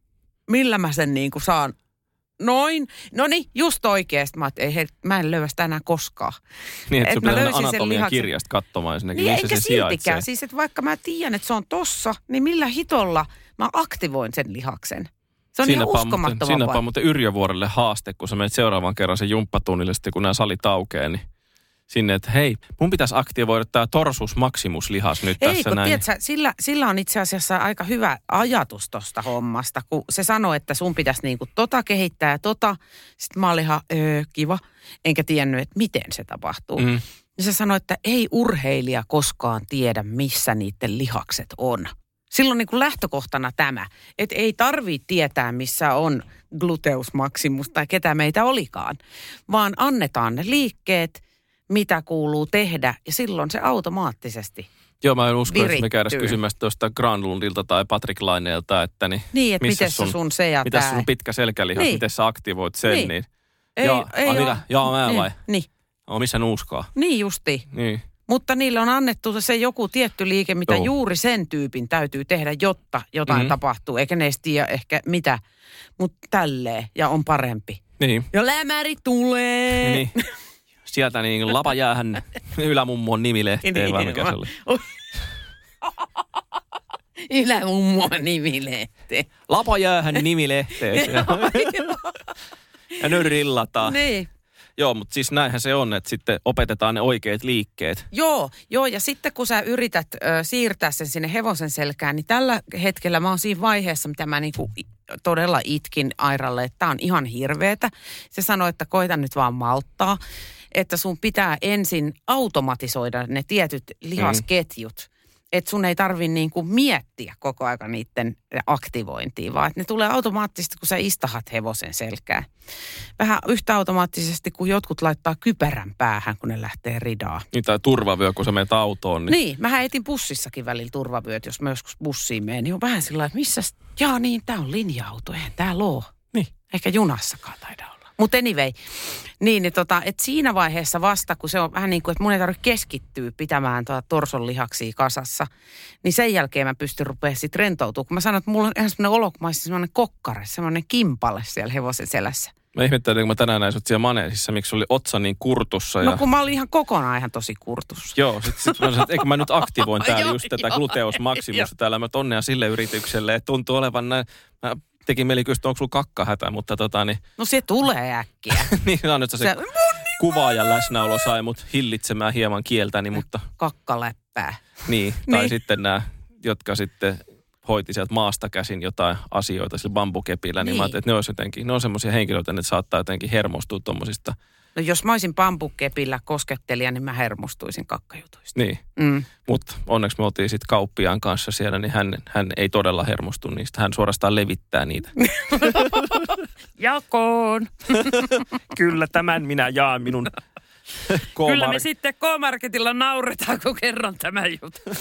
S4: millä mä sen niin kuin saan. Noin. No niin, just oikeasti. Mä en löydä sitä enää koskaan.
S5: Niin, että sun pitää anatomian kirjasta katsomaan sinnekin,
S4: niin,
S5: missä se sijaitsee. Siltikään.
S4: Siis, että vaikka mä tiedän, että se on tossa, niin millä hitolla mä aktivoin sen lihaksen. Se on ihan uskomattoman
S5: Siinäpä on muuten Yrjövuorelle haaste, kun sä menet seuraavan kerran sen jumppatunnille, sitten kun nämä salit aukeaa, niin sinne, että hei, mun pitäisi aktivoida tämä torsus maximus-lihas nyt tässä
S4: kun
S5: näin.
S4: Tiedätkö, sillä on itse asiassa aika hyvä ajatus tosta hommasta, kun se sanoi, että sun pitäisi niinku kehittää ja Sitten mä olin ihan kiva, enkä tiennyt, että miten se tapahtuu. Ja se sanoi, että ei urheilija koskaan tiedä, missä niiden lihakset on. Silloin niin kuin lähtökohtana tämä, että ei tarvitse tietää, missä on gluteus maximus tai ketä meitä olikaan, vaan annetaan ne liikkeet, mitä kuuluu tehdä, ja silloin se automaattisesti
S5: Joo, mä en usko,
S4: virittyy.
S5: että me käydään kysymästä tuosta Granlundilta tai Patrick Laineelta, että
S4: niin, että miten sun se ja
S5: mitäs
S4: tää.
S5: sun pitkä selkälihas,
S4: Niin.
S5: miten sä aktivoit sen, niin.
S4: Ei
S5: mitä? Jaa, mä vai?
S4: Niin.
S5: Missä nuuskaa?
S4: Niin justi.
S5: Niin.
S4: Mutta niille on annettu se joku tietty liike, mitä juuri sen tyypin täytyy tehdä, jotta jotain tapahtuu. Eikä ne edes tiedä ehkä mitä, mutta tälleen ja on parempi.
S5: Niin.
S4: Ja lämäri tulee.
S5: Niin. Sieltä niin Lapajäähän ylämummon nimilehteen vai mikä se oli?
S4: Ylämummon nimilehteen.
S5: Lapajäähän nimilehteen. Ja nyt rillataan.
S4: Niin.
S5: Joo, mutta siis näinhän se on, että sitten opetetaan ne oikeat liikkeet.
S4: Joo, ja sitten kun sä yrität siirtää sen sinne hevosen selkään, niin tällä hetkellä mä oon siinä vaiheessa, mitä mä niinku todella itkin Airalle, että tää on ihan hirveetä. Se sanoi, että koita nyt vaan malttaa, että sun pitää ensin automatisoida ne tietyt lihasketjut. että sun ei tarvitse niinku miettiä koko aika niiden aktivointia, vaan että ne tulee automaattisesti, kun sä istahat hevosen selkään. Vähän yhtä automaattisesti, kun jotkut laittaa kypärän päähän, kun ne lähtee ridaa.
S5: Niin, tai turvavyö, kun sä menet autoon.
S4: Niin, mähän etin bussissakin välillä turvavyöt, jos mä joskus bussiin menen. Niin on vähän sillä lailla, että tää on linja-auto, eihän tää loo.
S5: Niin.
S4: Eikä junassakaan taida olla. Mutta anyway, että siinä vaiheessa vasta, kun se on vähän niin kuin, että mun ei tarvitse keskittyä pitämään torson lihaksia kasassa, niin sen jälkeen mä pystyn rupeaa sitten rentoutumaan. Kun mä sanon, että mulla on ihan semmoinen olo, kun mä olisin semmoinen kokkare, semmoinen kimpale siellä hevosen selässä.
S5: Mä ihmettelin, kun mä tänään näin sut siellä maneesissa, miksi oli otsa niin kurtussa.
S4: No kun mä olin ihan kokonaan ihan tosi kurtussa.
S5: Joo, sit mä sanoin, että eikö mä nyt aktivoin täällä just tätä gluteus maximusta täällä. Mä onnea sille yritykselle, että tuntuu olevan näin. Mä tekin mieli kysyä, onko sulla kakkahätä, mutta
S4: No se tulee äkkiä.
S5: niin, on nyt se kuvaajan läsnäolo sai mut hillitsemään hieman kieltäni, mutta...
S4: Kakkaläppää.
S5: Niin, tai sitten nämä, jotka sitten hoiti sieltä maasta käsin jotain asioita sillä bambukepillä, niin mä ajattelin, että ne on semmoisia henkilöitä, että saattaa jotenkin hermostua tommosista. No
S4: jos mä olisin bambukepillä koskettelija, niin mä hermostuisin kakkajutuista.
S5: Niin, mutta onneksi me oltiin sitten kauppiaan kanssa siellä, niin hän ei todella hermostu niistä. Hän suorastaan levittää niitä.
S4: Jakoon!
S5: Kyllä, tämän minä jaan minun
S4: Kyllä me sitten K-Marketilla nauretaan, kun kerron tämän jutun.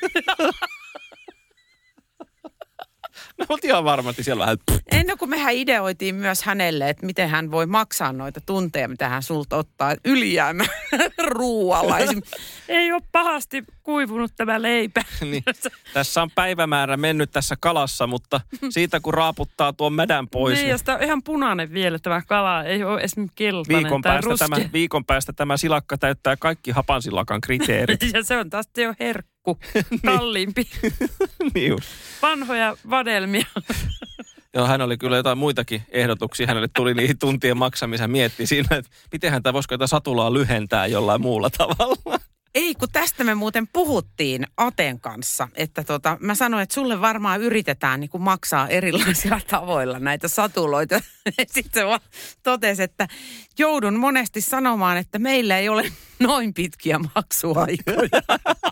S5: No oltiin ihan varmasti siellä vähän.
S4: Ennen kuin mehän ideoitiin myös hänelle, että miten hän voi maksaa noita tunteja, mitä hän sulta ottaa ylijäämä ruualla. Ei ole pahasti kuivunut tämä leipä.
S5: Niin. Tässä on päivämäärä mennyt tässä kalassa, mutta siitä kun raaputtaa tuon mädän pois.
S4: Niin, ja sitä on ihan punainen vielä tämä kala. Ei ole esimerkiksi keltainen
S5: viikon päästä tämä silakka täyttää kaikki hapansilakan kriteerit.
S4: Ja se on taas jo herkku, kalliimpi.
S5: Niin just.
S4: Vanhoja vadelmia.
S5: Joo, hän oli kyllä jotain muitakin ehdotuksia. Hänelle tuli niihin tuntien maksamisen. Hän mietti siinä, että mitenhän tämä voisiko tätä satulaa lyhentää jollain muulla tavalla.
S4: Ei, kun tästä me muuten puhuttiin Aten kanssa, että mä sanoin, että sulle varmaan yritetään niin kuin maksaa erilaisilla tavoilla näitä satuloita. Sitten se vaan totesi, että joudun monesti sanomaan, että meillä ei ole noin pitkiä maksuaikoja.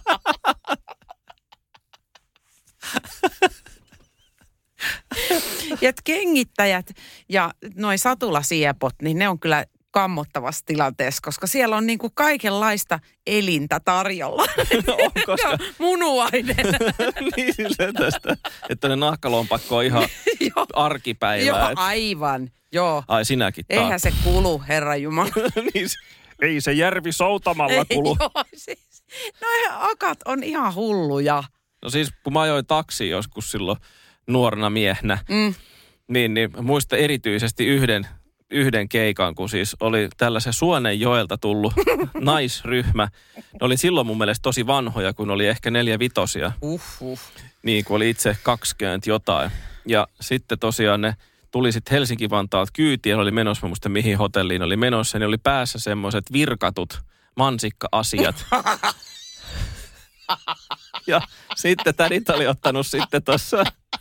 S4: Ja kengittäjät ja noi satulasiepot, niin ne on kyllä kammottavassa tilanteessa, koska siellä on niinku kaikenlaista elintä tarjolla.
S5: No, koska...
S4: Munuainen.
S5: Niin se tästä, että ne nahkalompakko on ihan arkipäivää.
S4: Joo, aivan. Joo.
S5: Ai sinäkin taas.
S4: Eihän se kulu, Herranjumala.
S5: Niin, ei se järvi soutamalla kulu.
S4: Joo, siis. No akat on ihan hulluja.
S5: No siis, kun mä ajoin taksiin joskus silloin nuorena miehenä, niin muistan erityisesti yhden keikan, kun siis oli tällaisen Suonenjoelta tullut naisryhmä. Ne oli silloin mun mielestä tosi vanhoja, kun oli ehkä 4-5. Niin, kun oli itse 20 jotain. Ja sitten tosiaan ne tuli sitten Helsinki-Vantaalta kyytiin, ne oli menossa, mä muistan mihin hotelliin oli menossa, niin oli päässä semmoiset virkatut mansikka-asiat. Ja sitten tädit oli ottanut sitten tuossa...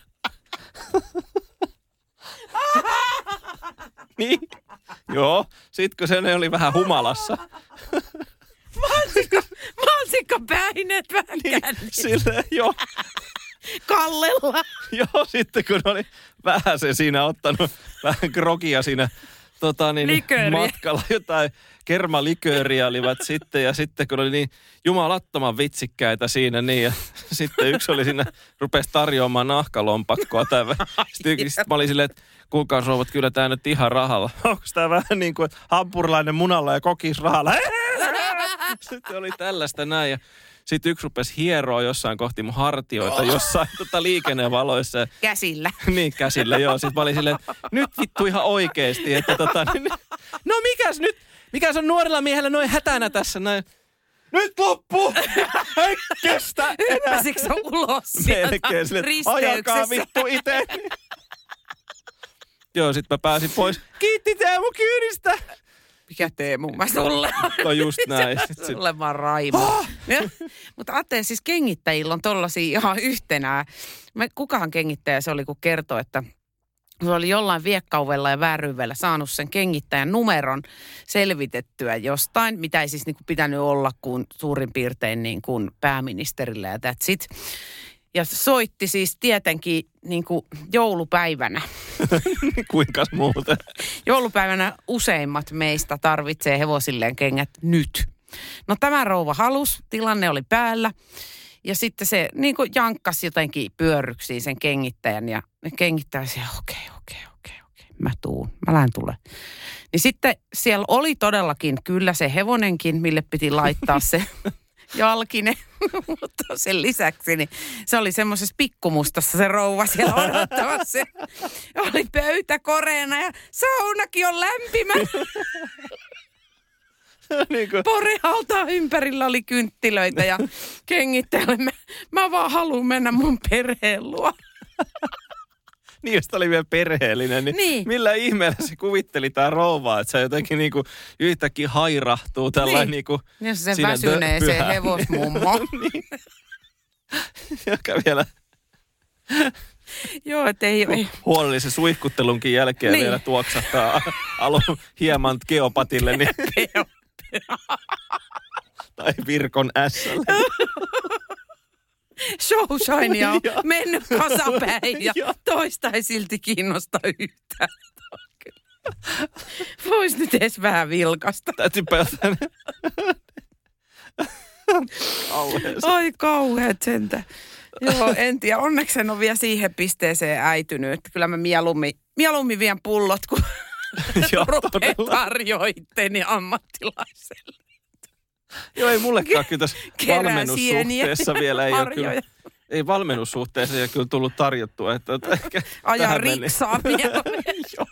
S5: Niin, joo. Sitten kun se oli vähän humalassa.
S4: Mansikkapäinet vähän
S5: niin, silleen, joo.
S4: Kallella.
S5: Joo, sitten kun oli vähän se siinä ottanut vähän krokia siinä matkalla, jotain kermalikööriä olivat sitten, ja sitten kun oli niin jumalattoman vitsikkäitä siinä, niin ja sitten yksi oli siinä, rupesi tarjoamaan nahkalompakkoa. Sitten mä olin silleen, että kuukausirouvat, kyllä tää nyt ihan rahalla. Onko tää vähän niin kuin hampurilainen munalla ja kokis rahalla? Sitten oli tällaista näin, ja sitten yksi rupesi hieroa jossain kohti mun hartioita, jossain liikennevaloissa.
S4: Käsillä.
S5: Niin, käsillä, joo. Sitten mä olin silleen, nyt vittu ihan oikeesti, että no mikäs on nuorella miehellä noin hätänä tässä näin? Nyt loppu! Ei kestä enää!
S4: Hyppäsikö sä ulos sieltä risteyksessä?
S5: Ajakaa vittu ite! Joo, sit mä pääsin pois. Kiitti Teemu kyydistä!
S4: Mikä Teemu? Mä sulle.
S5: No just näin.
S4: Sulle vaan Raimo. Mutta ajattelen, siis kengittäjillä on tollasia ihan yhtenään. Kukahan kengittäjä se oli, kun kertoi, että se oli jollain viekkauvella ja vääryydellä saanut sen kengittäjän numeron selvitettyä jostain, mitä ei siis niin kuin pitänyt olla kuin suurin piirtein niin kuin pääministerillä ja that's it. Ja soitti siis tietenkin niin kuin joulupäivänä.
S5: Kuinka muuten?
S4: Joulupäivänä useimmat meistä tarvitsee hevosilleen kengät nyt. No tämä rouva halusi, tilanne oli päällä. Ja sitten se niin kuin jankkasi jotenkin pyörryksiin sen kengittäjän ja kengittäjä siellä, okei, mä lähden tule. Niin sitten siellä oli todellakin kyllä se hevonenkin, mille piti laittaa se jalkine, mutta sen lisäksi niin se oli semmoisessa pikkumustassa se rouva siellä odottamassa. Oli pöytä koreena ja saunakin on lämpimä.
S5: Niin kuin
S4: Porehaltaan ympärillä oli kynttilöitä ja kengittäjälle. Mä vaan haluan mennä mun perheen luo.
S5: niin, jos oli vielä perheellinen, niin millä ihmeellä se kuvitteli tää rouva, että se jotenkin niinku yhtäkkiä hairahtuu tällainen niinku
S4: jos se väsyneeseen hevosmummo.
S5: niin. Joka vielä
S4: Joo, et ei.
S5: Huolellisen suihkuttelunkin jälkeen vielä tuoksahtaa alun hieman geopatille. Niin tai Virkon ässälle.
S4: Showshinea on mennyt kasapäin ja toista ei silti kiinnosta yhtään. Vois nyt edes vähän vilkasta.
S5: Täytyy päästä.
S4: Ai kauheat sentä. Joo, en tiedä. Onneksi en ole vielä siihen pisteeseen äitynyt. Että kyllä mä mieluummin vien pullot, kun rupean tarjoitteni ammattilaiselle.
S5: Joo, ei mullekaan kyllä tässä valmennussuhteessa vielä ei ole kyllä. Ei valmennussuhteessa ei ole kyllä tullut tarjottua. Että
S4: aja riksaa mieleen.
S5: Joo.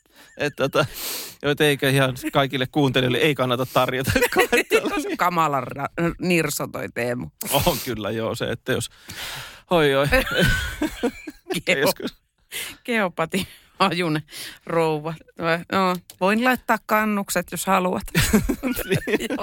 S5: Että eikä ihan kaikille kuuntelijoille ei kannata tarjota.
S4: Kamala nirso toi Teemu.
S5: On kyllä joo se, että jos oi.
S4: Geopati ajune rouva. No, voin laittaa kannukset, jos haluat. Joo,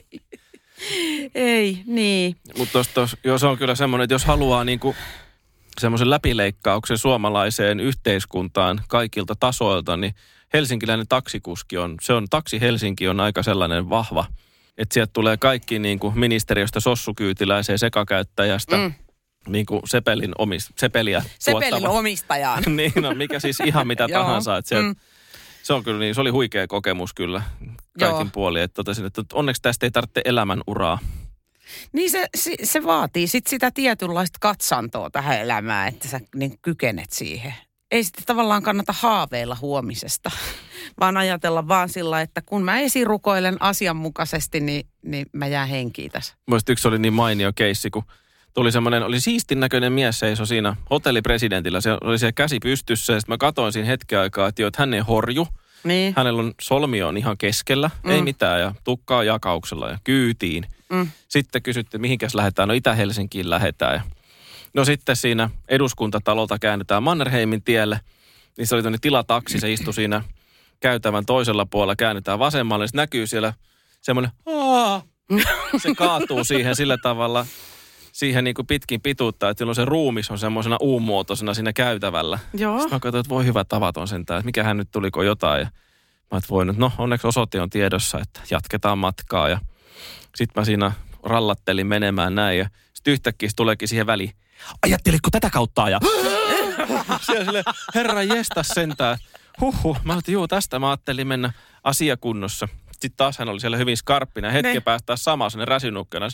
S4: ei, niin.
S5: Mutta se on kyllä semmoinen, että jos haluaa niinku semmoisen läpileikkauksen suomalaiseen yhteiskuntaan kaikilta tasoilta, niin helsinkiläinen taksikuski Taksi Helsinki on aika sellainen vahva, että sieltä tulee kaikki niin kuin ministeriöstä sossukyytiläiseen sekakäyttäjästä, niin kuin sepeliä
S4: Sepelin omistajaan.
S5: niin, no mikä siis ihan mitä tahansa, että se on kyllä niin, se oli huikea kokemus kyllä kaikin puolin, että totesin, että onneksi tästä ei tarvitse elämän uraa.
S4: Niin se vaatii sit sitä tietynlaista katsantoa tähän elämään, että sä niin kykenet siihen. Ei sitten tavallaan kannata haaveilla huomisesta, vaan ajatella vaan sillä, että kun mä esirukoilen asianmukaisesti, niin mä jään henkiin tässä.
S5: Mielestäni yksi oli niin mainio keissi, kun oli siistin näköinen mies seisoi siinä hotellipresidentillä. Se oli siellä käsi pystyssä ja sitten mä katsoin siinä hetken aikaa, että hän ei horju.
S4: Niin.
S5: Hänellä on solmio on ihan keskellä, ei mitään ja tukkaa jakauksella ja kyytiin. Sitten kysyttiin, mihinkäs lähdetään. No Itä-Helsinkiin lähdetään ja no sitten siinä Eduskuntatalolta käännetään Mannerheimin tielle, niin se oli toinen tilataksi, se istui siinä käytävän toisella puolella, käännetään vasemmalle, niin näkyy siellä semmoinen, se kaatuu siihen sillä tavalla, siihen niin kuin pitkin pituutta, että silloin se ruumis on semmoisena U-muotoisena siinä käytävällä.
S4: Joo.
S5: Sitten mä katsoin, että voi hyvä tavaton sentään, että mikähän nyt tuliko jotain ja mä et voinut, no onneksi osoite on tiedossa, että jatketaan matkaa ja sitten mä siinä rallattelin menemään näin ja sitten yhtäkkiä tuleekin siihen väliin. Ajattelitko tätä kautta ja siellä silleen, herra jestas sentään. Mä ajattelin, tästä mä ajattelin mennä asiakunnossa. Sitten taas hän oli siellä hyvin skarppina. Hetken päästä taas sama sinne räsynukkana.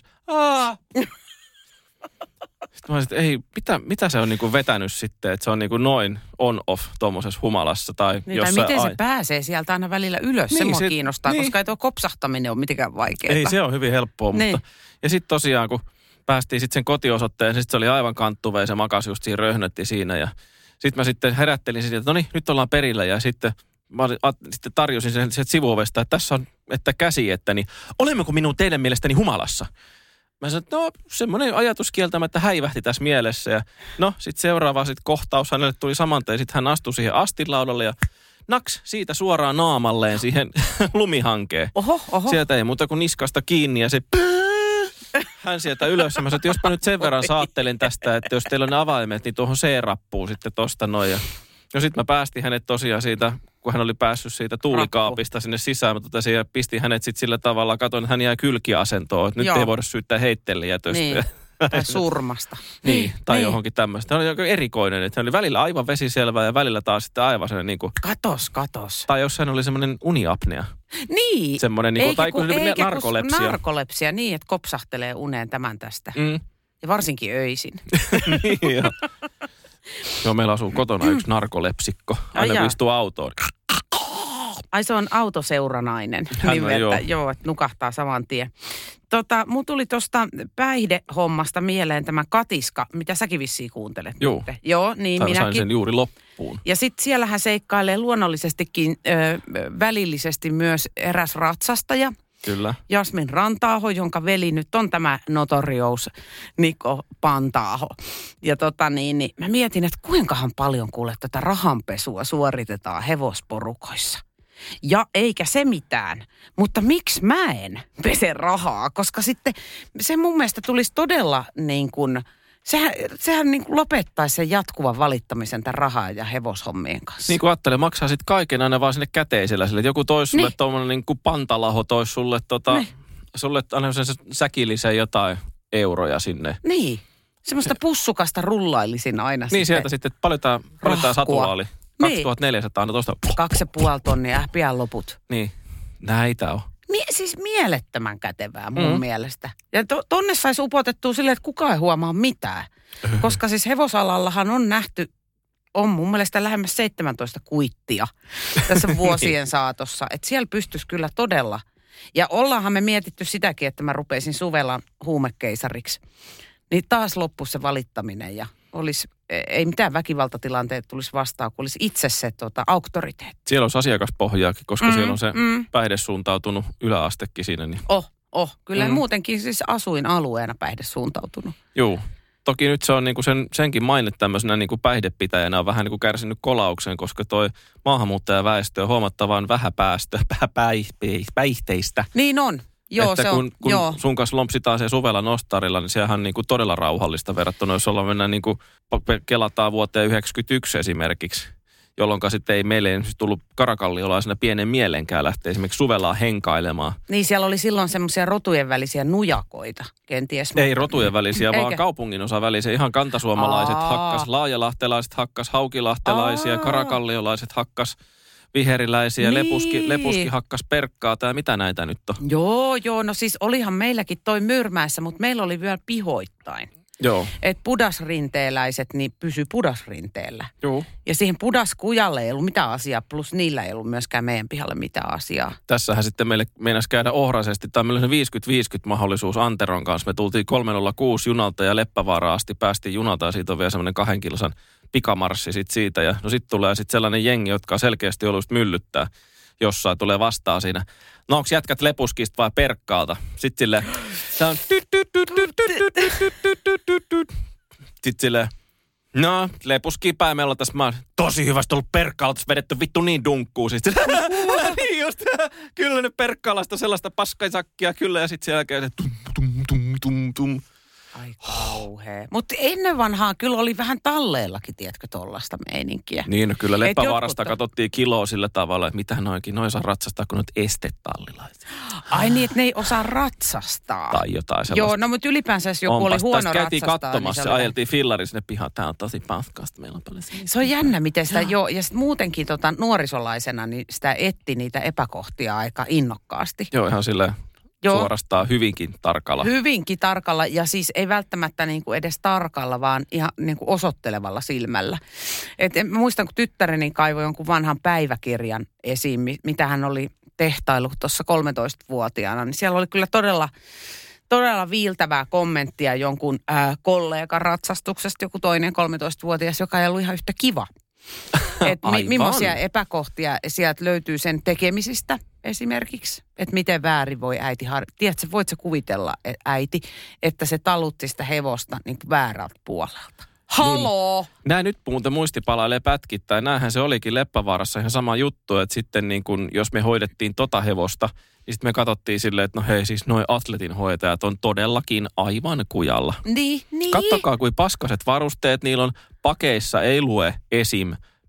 S5: Sitten mä olisin, että mitä se on niinku vetänyt sitten, että se on niinku noin on-off tuommoisessa humalassa tai
S4: niin,
S5: jossain.
S4: Tai miten se pääsee sieltä aina välillä ylös, niin, se mua kiinnostaa, koska ei tuo kopsahtaminen ole mitenkään vaikeaa.
S5: Ei, se on hyvin helppoa, mutta ja sitten tosiaan kun päästiin sitten sen kotiosoitteen, sitten se oli aivan kanttuva ja se makasi just siinä, röhnötti siinä ja sitten mä sitten herättelin siitä, että no niin, nyt ollaan perillä ja sitten mä sitten tarjosin sen sivuovesta, että tässä on, että käsi, että niin, olemmeko teidän mielestäni humalassa? Mä sanoin, että no semmoinen ajatus kieltämättä häivähti tässä mielessä ja no sitten seuraava sitten kohtaus hänelle tuli samanteen, sitten hän astui siihen astinlaudalle ja naks siitä suoraan naamalleen siihen lumihankeen.
S4: Oho.
S5: Sieltä ei muuta kuin niskasta kiinni ja se hän sieltä ylös. Mä sanoin, että jospa nyt sen verran saattelin tästä, että jos teillä on ne avaimet, niin tuohon C-rappuun sitten tosta noin. Ja No sit mä päästin hänet tosiaan siitä, kun hän oli päässyt siitä tuulikaapista sinne sisään. Mä totesin ja pistin hänet sitten sillä tavalla, katsoin, että hän jää kylkiasentoon. Että nyt ei voida syyttää heittelijätöstä.
S4: Niin. Tai surmasta.
S5: Niin, tai johonkin tämmöistä. Hän oli joku erikoinen, että hän oli välillä aivan vesiselvä ja välillä taas sitten aivan sellainen niin kuin...
S4: Katos.
S5: Tai jos hän oli semmoinen uniapnea.
S4: Niin.
S5: Semmoinen niin kuin, tai kuin narkolepsia.
S4: Narkolepsia, niin, että kopsahtelee uneen tämän tästä. Ja varsinkin öisin.
S5: Niin, joo, meillä asuu kotona yksi narkolepsikko. Aina kun istuu autoon.
S4: Ai se on autoseuranainen. Joo, että nukahtaa saman tien. Mun tuli tuosta päihdehommasta mieleen tämä Katiska, mitä säkin vissiin kuuntelet. Joo, niin minäkin.
S5: Sain sen juuri loppuun.
S4: Ja sitten siellähän seikkailee luonnollisestikin välillisesti myös eräs ratsastaja.
S5: Kyllä.
S4: Jasmin Ranta-aho, jonka veli nyt on tämä notorious Niko Panta-aho. Ja niin mä mietin, että kuinkahan paljon kuule tätä rahanpesua suoritetaan hevosporukoissa. Ja eikä se mitään, mutta miksi mä en pese rahaa? Koska sitten se mun mielestä tulisi todella niin kuin, sehän niin kuin lopettaisi sen jatkuvan valittamisen tämän rahaa ja hevoshommien kanssa.
S5: Niin kuin ajattelee, maksaa sitten kaiken aina vaan sinne käteisellä sille. Joku toisi sulle tuommoinen niin kuin Pantalaho toisi sulle, sulle aina sen säkillisen jotain euroja sinne.
S4: Niin, semmoista pussukasta rullailisin aina.
S5: Niin sieltä sitten, paljon tämä satula oli? 2400, no tuosta.
S4: 2,5 tonnia, pian loput.
S5: Niin, näitä on.
S4: Siis mielettömän kätevää mun mielestä. Ja tonne saisi upotettua silleen, että kukaan ei huomaa mitään. Koska siis hevosalallahan on nähty, on mun mielestä lähemmäs 17 kuittia tässä vuosien saatossa. Että siellä pystyisi kyllä todella. Ja ollaanhan me mietitty sitäkin, että mä rupeisin Suvelan huumekeisariksi. Niin taas loppui se valittaminen ja ei mitään väkivaltatilanteet tulisi vastaan, kun olisi itse se auktoriteetti.
S5: Siellä olisi asiakaspohjaakin, koska siellä on se päihdesuuntautunut yläastekin siinä. Niin.
S4: Kyllä muutenkin siis asuinalueena päihdesuuntautunut.
S5: Joo. Toki nyt se on niinku senkin maine tämmöisenä niinku päihdepitäjänä on vähän niinku kärsinyt kolauksen, koska toi maahanmuuttajaväestö on huomattavan päihteistä.
S4: Niin on. Joo,
S5: että
S4: se
S5: kun
S4: on.
S5: sun kanssa lompsitaan se Suvelan ostarilla, niin sehän on niinku todella rauhallista verrattuna, jos ollaan mennään niinku, kelataan vuoteen 1991 esimerkiksi, jolloin sitten ei meille tullut karakalliolaisena pienen mielenkään lähteä esimerkiksi Suvelaa henkailemaan.
S4: Niin, siellä oli silloin semmoisia rotujen välisiä nujakoita, kenties.
S5: Ei rotujen välisiä, vaan kaupungin osa välisiä. Ihan kantasuomalaiset hakkas, laajalahtelaiset hakkas, haukilahtelaisia, karakalliolaiset hakkas. Viheriläisiä, niin. lepuski hakkas perkkaa tai mitä näitä nyt on?
S4: Joo, no siis olihan meilläkin toi Myyrmäessä, mutta meillä oli vielä pihoittain.
S5: Joo.
S4: Että pudasrinteeläiset niin pysy pudasrinteellä.
S5: Joo.
S4: Ja siihen pudaskujalle ei ollut mitään asiaa, plus niillä ei ollut myöskään meidän pihalle mitään asiaa.
S5: Tässähän sitten meille meinasi käydä ohraisesti, tai meillä oli 50-50 mahdollisuus Anteron kanssa. Me tultiin 306 junalta ja Leppävaaraan asti päästiin junalta ja siitä on vielä semmoinen 2 kilosan pikamarssi sit siitä. Ja no sitten tulee sitten sellainen jengi, jotka selkeästi ollut myllyttää. Jossain tulee vastaan siinä. No onks jätkät lepuskista vai perkkaalta? Sitten silleen, se on sitten silleen, no lepuski päin meillä on tässä, mä oon tosi hyvästi ollut perkkaalta, vedetty vittu niin dunkkuu. Sitten niin just, kyllä ne perkkaalasta sellaista paskaisakkia kyllä ja sitten sen jälkeen se tum.
S4: Ai kauhea. Mutta ennen vanhaa kyllä oli vähän talleillakin, tiedätkö, tollaista meininkiä.
S5: Niin, no kyllä Leppävaarasta katsottiin kiloa sillä tavalla, että mitä noin saa ratsastaa, kun noita estetallilaisia.
S4: Ai niin, että ne ei osaa ratsastaa.
S5: Tai jotain sellaista.
S4: Joo, no mutta ylipäänsä jos joku oli huono ratsastaa.
S5: Käytiin katsomassa ja ajeltiin fillari sinne pihaan. Tää on tosi paskasta, meillä on paljon siitä.
S4: Se on jännä, miten sitä ja sitten muutenkin nuorisolaisena, niin sitä etti niitä epäkohtia aika innokkaasti.
S5: Joo, ihan silleen. Suorastaan hyvinkin tarkalla.
S4: Hyvinkin tarkalla ja siis ei välttämättä niin kuin edes tarkalla, vaan ihan niin kuin osoittelevalla silmällä. Mä muistan, kun tyttäreni kaivoi jonkun vanhan päiväkirjan esiin, mitä hän oli tehtailu tuossa 13-vuotiaana, niin siellä oli kyllä todella viiltävää kommenttia jonkun kollegan ratsastuksesta, joku toinen 13-vuotias, joka ei ollut ihan yhtä kiva. Että millaisia epäkohtia sieltä löytyy sen tekemisistä esimerkiksi. Että miten väärin voi äiti tiedätkö, voit sä kuvitella, äiti, että se talutti sitä hevosta niin väärältä puolelta. Haloo!
S5: Niin, näin nyt muuten muisti palailee pätkittäin. Näinhän se olikin Leppävaarassa ihan sama juttu, että sitten niin kun, jos me hoidettiin hevosta, niin sitten me katsottiin silleen, että no hei siis noi atletin hoitajat on todellakin aivan kujalla.
S4: Niin.
S5: Kattokaa kuin paskaset varusteet, niillä on pakeissa ei lue esim.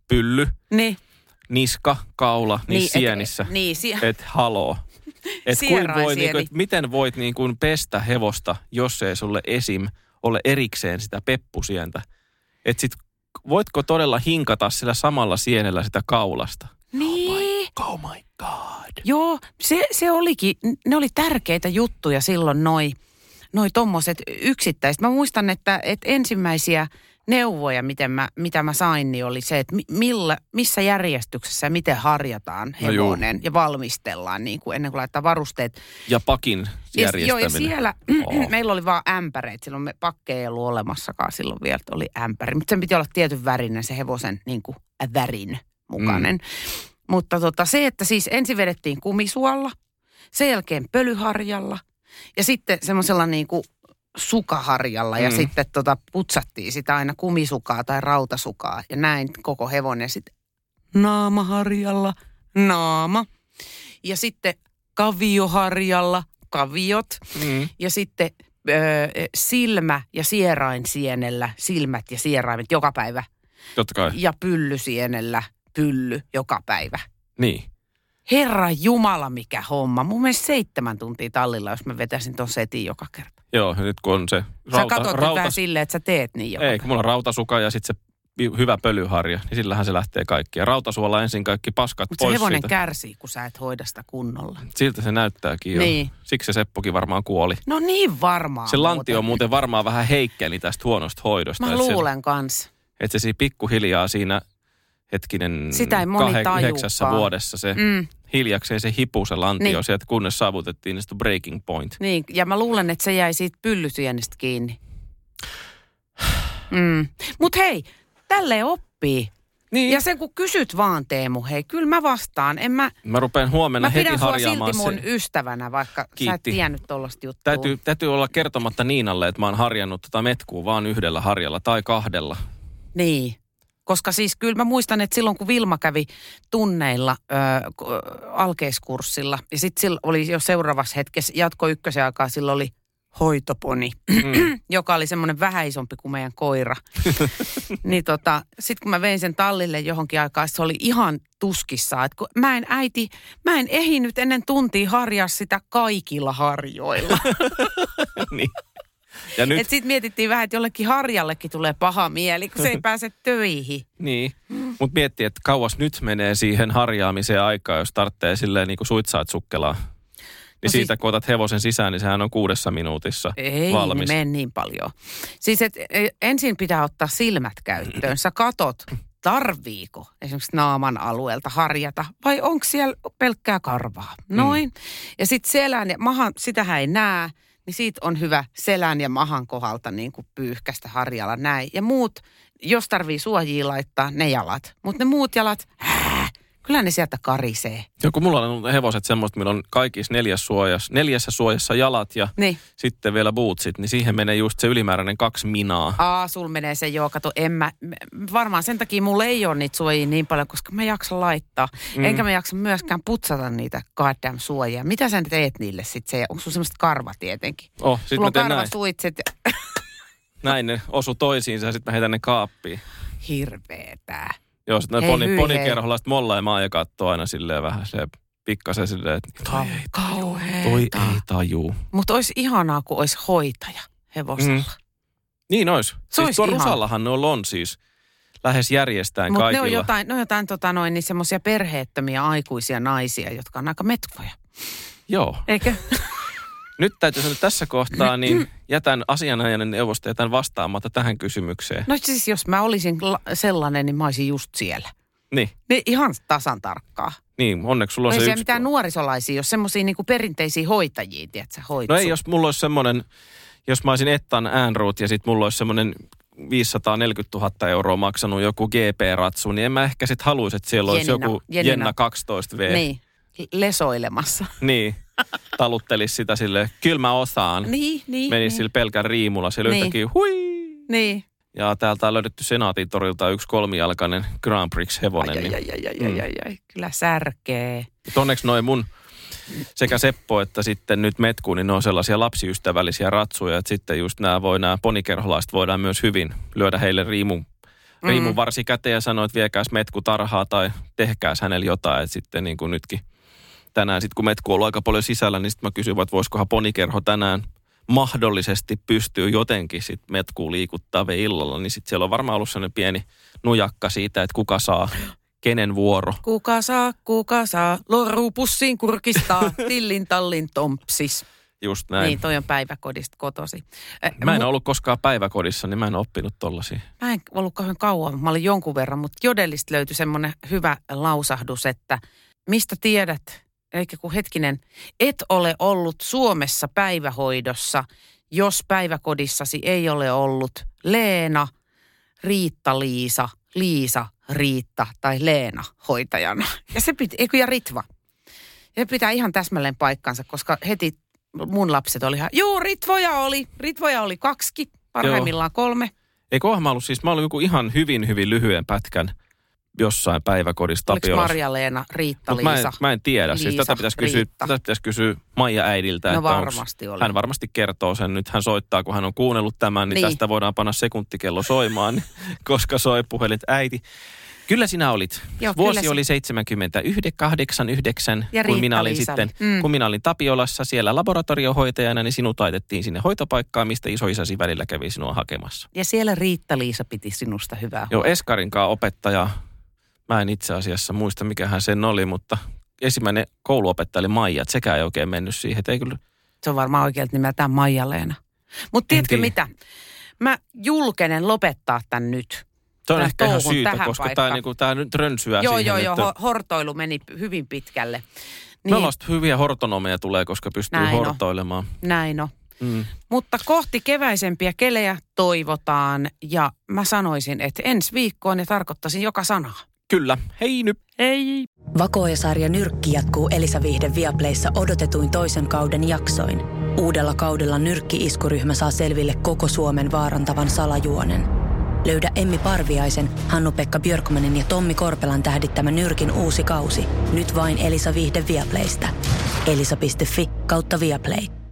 S5: pylly,
S4: Niin.
S5: niska, kaula, niin sienissä. Et haloo. Et miten voit niin kuin pestä hevosta, jos ei sulle esim. Ole erikseen sitä peppusientä? Et sit voitko todella hinkata sillä samalla sienellä sitä kaulasta?
S4: Niin.
S5: Oh my god.
S4: Joo, se olikin, ne oli tärkeitä juttuja silloin noi tommoset yksittäiset. Mä muistan, että ensimmäisiä neuvoja, mitä mä sain, niin oli se, että missä järjestyksessä ja miten harjataan hevonen ja valmistellaan niin kuin ennen kuin laittaa varusteet.
S5: Ja pakin järjestäminen.
S4: Joo, ja siellä meillä oli vaan ämpäreitä. Silloin pakke ei ollut olemassakaan silloin vielä, että oli ämpäri. Mutta sen piti olla tietyn värinen, se hevosen niin kuin värin mukainen. Mutta se, että siis ensin vedettiin kumisuolla, sen jälkeen pölyharjalla ja sitten semmoisella niin kuin sukaharjalla ja sitten putsattiin sitä aina kumisukaa tai rautasukaa ja näin koko hevonen. Sitten naamaharjalla, naama ja sitten kavioharjalla, kaviot ja sitten silmä ja sierainsienellä, silmät ja sieraimet joka päivä.
S5: Totta kai.
S4: Ja pyllysienellä, pylly joka päivä.
S5: Niin.
S4: Herra Jumala, mikä homma. Mun mielestä 7 tuntia tallilla, jos mä vetäisin ton setin joka kerta.
S5: Joo, nyt kun on se
S4: sä katot vähän silleen, että sä teet niin joka.
S5: Ei, kun mulla on rautasuka ja sitten se hyvä pölyharja, niin sillähän se lähtee kaikki. Ja rautasuolla ensin kaikki paskat pois siitä.
S4: Mutta se hevonen kärsii, kun sä et hoida sitä kunnolla.
S5: Siltä se näyttääkin
S4: niin.
S5: Jo. Siksi se Seppokin varmaan kuoli.
S4: No niin varmaan.
S5: Se lantio muuten varmaan vähän heikkeli tästä huonosta hoidosta.
S4: Mä luulen kans.
S5: Että se pikkuhiljaa siinä
S4: sitä ei moni
S5: 9 vuodessa se hiljakseen se hipu se lantio sieltä, kunnes saavutettiin sitä breaking point.
S4: Niin, ja mä luulen, että se jäi siitä pyllysienestä kiinni. Mut hei, tälleen oppii. Niin. Ja sen kun kysyt vaan, Teemu, hei, kyllä mä vastaan. Mä
S5: rupean huomenna heti harjaamaan.
S4: Mä pidän sua silti mun ystävänä, vaikka sä et tiennyt tollaista juttua.
S5: Täytyy olla kertomatta Niinalle, että mä oon harjannut metkua vaan 1 harjalla tai 2.
S4: Niin. Koska siis kyllä mä muistan, että silloin kun Vilma kävi tunneilla alkeiskurssilla ja sitten sillä oli jo seuraavassa hetkessä jatko 1 aikaa, silloin oli hoitoponi, joka oli semmoinen vähän isompi kuin meidän koira. Niin sitten kun mä vein sen tallille johonkin aikaan, se oli ihan tuskissaan, että kun mä en ehinyt ennen tuntia harjaa sitä kaikilla harjoilla.
S5: Niin.
S4: Että sitten mietittiin vähän, että jollekin harjallekin tulee paha mieli, kun se ei pääse töihin.
S5: Niin, mutta miettii, että kauas nyt menee siihen harjaamiseen aikaa, jos tarvitsee silleen niin kuin suitsaat sukkelaa. Niin siitä, kun otat hevosen sisään, niin sehän on 6 minuutissa valmis.
S4: Ei mene niin paljon. Siis ensin pitää ottaa silmät käyttöön. Sä katot, tarviiko esimerkiksi naaman alueelta harjata vai onko siellä pelkkää karvaa. Noin. Ja sitten selän ja mahan, sitähän ei näe. Niin siitä on hyvä selän ja mahan kohdalta niin kuin pyyhkästä harjalla näin. Ja muut, jos tarvii suojia laittaa, ne jalat. Mutta ne muut jalat, kyllä ne sieltä karisee.
S5: Joo, kun mulla on hevoset semmoista, millä on kaikissa 4 suojassa jalat ja sitten vielä bootsit, niin siihen menee just se ylimääräinen 2 minaa.
S4: Sul menee se joo, kato, varmaan sen takia mulla ei ole niitä suojia niin paljon, koska mä jaksan laittaa. Enkä mä jaksa myöskään putsata niitä goddamn suojia. Mitä sä teet niille sitten? Onko sun semmoista karva tietenkin?
S5: Sit
S4: mulla
S5: mä teen
S4: on karvasuitset.
S5: Näin ne osu toisiinsa ja sitten mä heitän ne kaappiin.
S4: Hirveetä.
S5: Joo, sitten ponikerholla sitten mollaimaa ja katsoo aina silleen vähän se pikkasen silleen, että toi ei tajuu.
S4: Mutta olisi ihanaa, kun olisi hoitaja hevosella.
S5: Niin olisi. Siis tuo Rusallahan ne on siis lähes järjestään kaikilla.
S4: Mutta ne on jotain niin semmoisia perheettömiä aikuisia naisia, jotka on aika metkoja.
S5: Joo.
S4: Eikö?
S5: Nyt täytyy sanoa tässä kohtaa, niin jätän asianajajan neuvosta, jätän vastaamatta tähän kysymykseen.
S4: No siis jos mä olisin sellainen, niin mä olisin just siellä.
S5: Niin.
S4: Ihan tasan tarkkaa.
S5: Niin, onneksi sulla on se
S4: yksi. Ei mitään nuorisolaisia, jos semmoisia niinku perinteisiä hoitajia, tiedätkö, hoitsu.
S5: No ei, jos mulla olisi semmoinen, jos mä olisin Ettan Äänruut ja sitten mulla olisi semmoinen 540 000 euroa maksanut joku GP-ratsu, niin en mä ehkä sitten haluaisi, että siellä olisi joku Jenna 12V.
S4: Niin, lesoilemassa.
S5: Niin. Taluttelisi sitä silleen, kyllä mä osaan.
S4: Niin.
S5: Menisi sillä pelkän riimulla, siellä yhtäkkiä hui.
S4: Niin.
S5: Ja täältä on löydetty Senaatin torilta yksi 3-jalkainen Grand Prix-hevonen.
S4: Ai. Kyllä särkee.
S5: Mutta onneksi noin mun sekä Seppo että sitten nyt Metku, niin ne on sellaisia lapsiystävällisiä ratsuja, että sitten just nämä ponikerholaiset voidaan myös hyvin lyödä heille riimun varsi käteen ja sanoi, että viekääs Metku tarhaa tai tehkääs hänelle jotain. Että sitten niin kuin nytkin tänään, sit kun Metku on ollut aika paljon sisällä, niin sitten mä kysyin, että voisikohan ponikerho tänään mahdollisesti pystyy jotenkin sitten Metkuun liikuttaa illalla. Niin sitten siellä on varmaan ollut sellainen pieni nujakka siitä, että kuka saa kenen vuoro.
S4: Kuka saa, lorupussiin kurkistaa, tillin tallin tompsis.
S5: Just näin.
S4: Niin, toi on päiväkodista kotosi.
S5: Mä en ollut koskaan päiväkodissa, niin mä en oppinut tollasia.
S4: Mä en ollut kauhean kauan, mä olin jonkun verran, mutta Jodelista löytyi semmoinen hyvä lausahdus, että mistä tiedät, eikä kun hetkinen, et ole ollut Suomessa päivähoidossa, jos päiväkodissasi ei ole ollut Leena, Riitta-Liisa, Liisa, Riitta tai Leena hoitajana. Ja Ritva. Ja se pitää ihan täsmälleen paikkansa, koska heti mun lapset oli ihan, Ritvoja oli 2, parhaimmillaan 3.
S5: Eikö mä ollut siis, mä olin joku ihan hyvin lyhyen pätkän jossain päiväkodissa Tapiolassa.
S4: Oliko Marja-Leena, Riitta-Liisa?
S5: Mä en tiedä.
S4: Liisa,
S5: siis tätä pitäisi kysyä Maija äidiltä.
S4: No varmasti oli.
S5: Hän varmasti kertoo sen. Nyt hän soittaa, kun hän on kuunnellut tämän, niin tästä voidaan panna sekuntikello soimaan, niin, koska soi puhelin, äiti. Kyllä sinä olit.
S4: Joo,
S5: Vuosi oli 79, kun minä olin Tapiolassa siellä laboratoriohoitajana, niin sinut laitettiin sinne hoitopaikkaan, mistä isoisäsi välillä kävi sinua hakemassa.
S4: Ja siellä Riitta-Liisa piti sinusta hyvää.
S5: Joo, Eskarinkaan opettaja. Mä en itse asiassa muista, mikähän sen oli, mutta ensimmäinen kouluopettaja oli Maija, että sekään ei oikein mennyt siihen. Ei kyllä.
S4: Se on varmaan oikealta nimeltään Maija-Leena. Mutta tiedätkö mitä? Mä julkenen lopettaa tän nyt.
S5: Se on ehkä ihan syytä, koska tämä nyt rönsyää siihen.
S4: Joo, hortoilu meni hyvin pitkälle.
S5: Niin. Me hyviä hortonomeja tulee, koska pystyy hortoilemaan.
S4: Näin on. Mutta kohti keväisempiä kelejä toivotaan ja mä sanoisin, että ensi viikkoon ja tarkoittaisin joka sanaa.
S5: Kyllä. Hei nyt.
S4: Hei.
S6: Vakooja-sarja Nyrkki jatkuu Elisa Viihde Viaplayssa odotetuin toisen kauden jaksoin. Uudella kaudella Nyrkki-iskuryhmä saa selville koko Suomen vaarantavan salajuonen. Löydä Emmi Parviaisen, Hannu-Pekka Björkmanin ja Tommi Korpelan tähdittämä Nyrkin uusi kausi. Nyt vain Elisa Viihde Viaplaystä. elisa.fi/Viaplay.